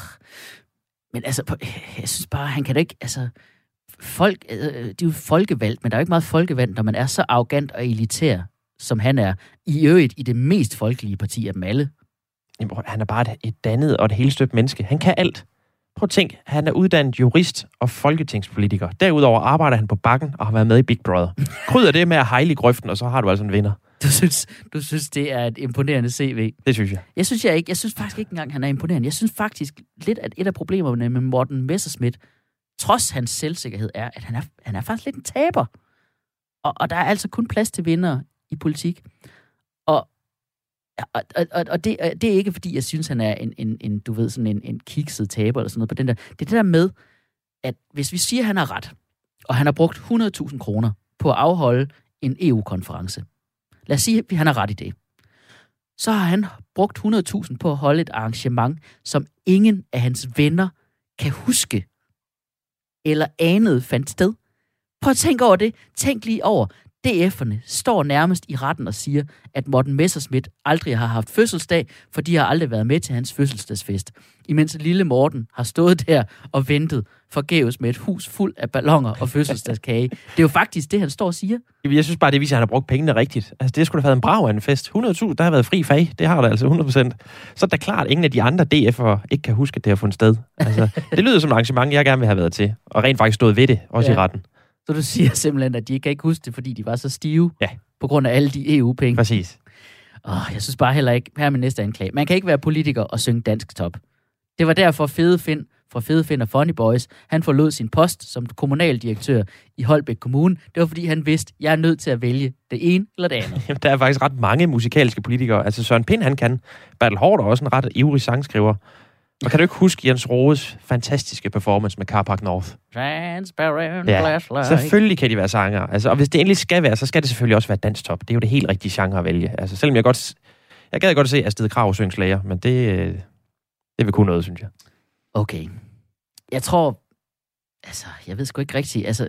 Men altså, jeg synes bare, han kan da ikke, altså, folk, øh, de er jo folkevalgt, men der er jo ikke meget folkevalgt, når man er så arrogant og elitær, som han er, i øvrigt i det mest folkelige parti af dem alle.
Jamen, han er bare et, et dannet og et helt støbt menneske. Han kan alt. Prøv at tænk, han er uddannet jurist og folketingspolitiker. Derudover arbejder han på Bakken og har været med i Big Brother. Krydder det med at hejle i grøften, og så har du altså en vinder.
Du synes, du synes, det er et imponerende C V?
Det synes jeg.
Jeg synes, jeg ikke. Jeg synes faktisk ikke engang, han er imponerende. Jeg synes faktisk lidt, at et af problemerne med Morten Messerschmidt, trods hans selvsikkerhed, er, at han er, han er faktisk lidt en taber. Og, og der er altså kun plads til vinder i politik. Og, og, og, og det, det er ikke, fordi jeg synes, han er en, en, en du ved, sådan en, en kikset taber eller sådan noget på den der. Det er det der med, at hvis vi siger, at han har ret, og han har brugt hundrede tusind kroner på at afholde en E U-konference. Lad os sige, at han har ret i det. Så har han brugt hundrede tusind på at holde et arrangement, som ingen af hans venner kan huske eller anede fandt sted. Prøv at tænke over det. Tænk lige over. D F'erne står nærmest i retten og siger, at Morten Messerschmidt aldrig har haft fødselsdag, for de har aldrig været med til hans fødselsdagsfest. Imens lille Morten har stået der og ventet forgæves med et hus fuld af balloner og fødselsdagskage. Det er jo faktisk det, han står og siger.
Jeg synes bare, det viser, at han har brugt pengene rigtigt. Altså, det skulle da have været en brav af en fest. hundrede tusind, der har været fri fag. Det har der altså hundrede procent. Så er det klart, at ingen af de andre D F'ere ikke kan huske, at det har fundet sted. Altså, det lyder som et arrangement, jeg gerne vil have været til. Og rent faktisk stået ved det, også ja. I retten.
Så du siger simpelthen, at de ikke kan ikke huske det, fordi de var så stive
ja.
På grund af alle de E U-penge.
Præcis.
Åh, jeg synes bare heller ikke, her er min næste anklage. Man kan ikke være politiker og synge dansk top. Det var derfor Fede Finn fra Fede Finn og Funny Boys, han forlod sin post som kommunaldirektør i Holbæk Kommune. Det var fordi, han vidste, at jeg er nødt til at vælge det ene eller det andet.
Jamen, der er faktisk ret mange musikalske politikere. Altså Søren Pind, han kan. Bertel Haarder er også en ret ivrig sangskriver. Og kan du ikke huske Jens Rodes fantastiske performance med Carpark North?
Transparent
ja,
glass like.
Selvfølgelig kan de være sanger. Altså, og hvis det endelig skal være, så skal det selvfølgelig også være danstop. Det er jo det helt rigtige genre at vælge. Altså, selvom jeg godt... Jeg gad godt at se Astrid Krag synge Slayer, men det, det vil kunne noget, synes jeg.
Okay. Jeg tror... Altså, jeg ved sgu ikke rigtigt. Altså,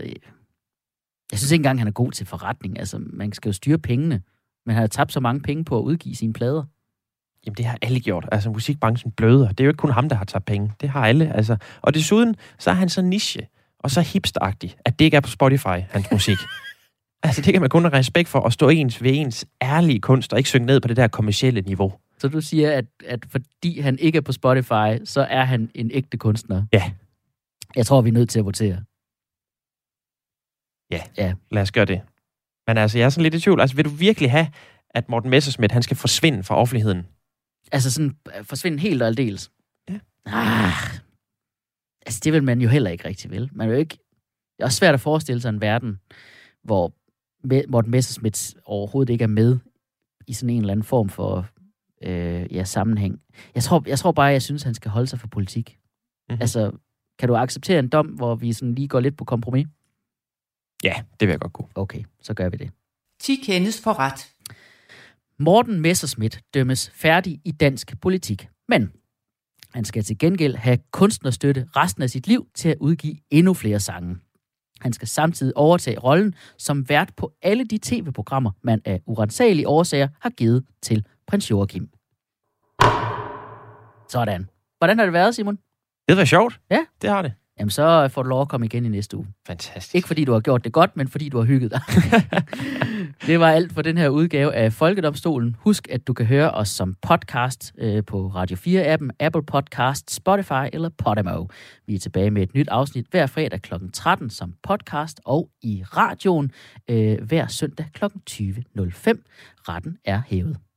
jeg synes ikke engang, han er god til forretning. Altså, man skal jo styre pengene. Men han har tabt så mange penge på at udgive sine plader.
Jamen, det har alle gjort. Altså, musikbranchen bløder. Det er jo ikke kun ham, der har tabt penge. Det har alle. Altså. Og desuden, så er han så niche og så hipsteragtig, at det ikke er på Spotify, hans musik. Altså, det kan man kun have respekt for, at stå ens ved ens ærlige kunst, og ikke synge ned på det der kommercielle niveau.
Så du siger, at, at fordi han ikke er på Spotify, så er han en ægte kunstner?
Ja.
Jeg tror, vi er nødt til at votere.
Ja,
ja.
Lad os gøre det. Men altså, jeg er sådan lidt i tvivl. Altså, vil du virkelig have, at Morten Messerschmidt, han skal forsvinde fra offentligheden?
Altså sådan, forsvinde helt og aldeles?
Ja.
Ah, altså, det vil man jo heller ikke rigtig vil. Man vil jo ikke... Det er også svært at forestille sig en verden, hvor Morten Messerschmidt overhovedet ikke er med i sådan en eller anden form for øh, ja, sammenhæng. Jeg tror, jeg tror bare, jeg synes, han skal holde sig for politik. Mm-hmm. Altså, kan du acceptere en dom, hvor vi sådan lige går lidt på kompromis?
Ja, det vil jeg godt kunne.
Okay, så gør vi det.
ti kendes for ret.
Morten Messerschmidt dømmes færdig i dansk politik, men han skal til gengæld have kunstnerstøtte resten af sit liv til at udgive endnu flere sange. Han skal samtidig overtage rollen som vært på alle de tv-programmer, man af uransagelige årsager har givet til prins Joachim. Sådan. Hvordan har det været, Simon?
Det var sjovt.
Ja.
Det har det.
jamen så får du lov at komme igen i næste uge.
Fantastisk.
Ikke fordi du har gjort det godt, men fordi du har hygget dig. Det var alt for den her udgave af Folkedomstolen. Husk, at du kan høre os som podcast øh, på Radio fire-appen, Apple Podcast, Spotify eller Podimo. Vi er tilbage med et nyt afsnit hver fredag klokken tretten som podcast og i radioen øh, hver søndag klokken tyve nul fem. Retten er hævet.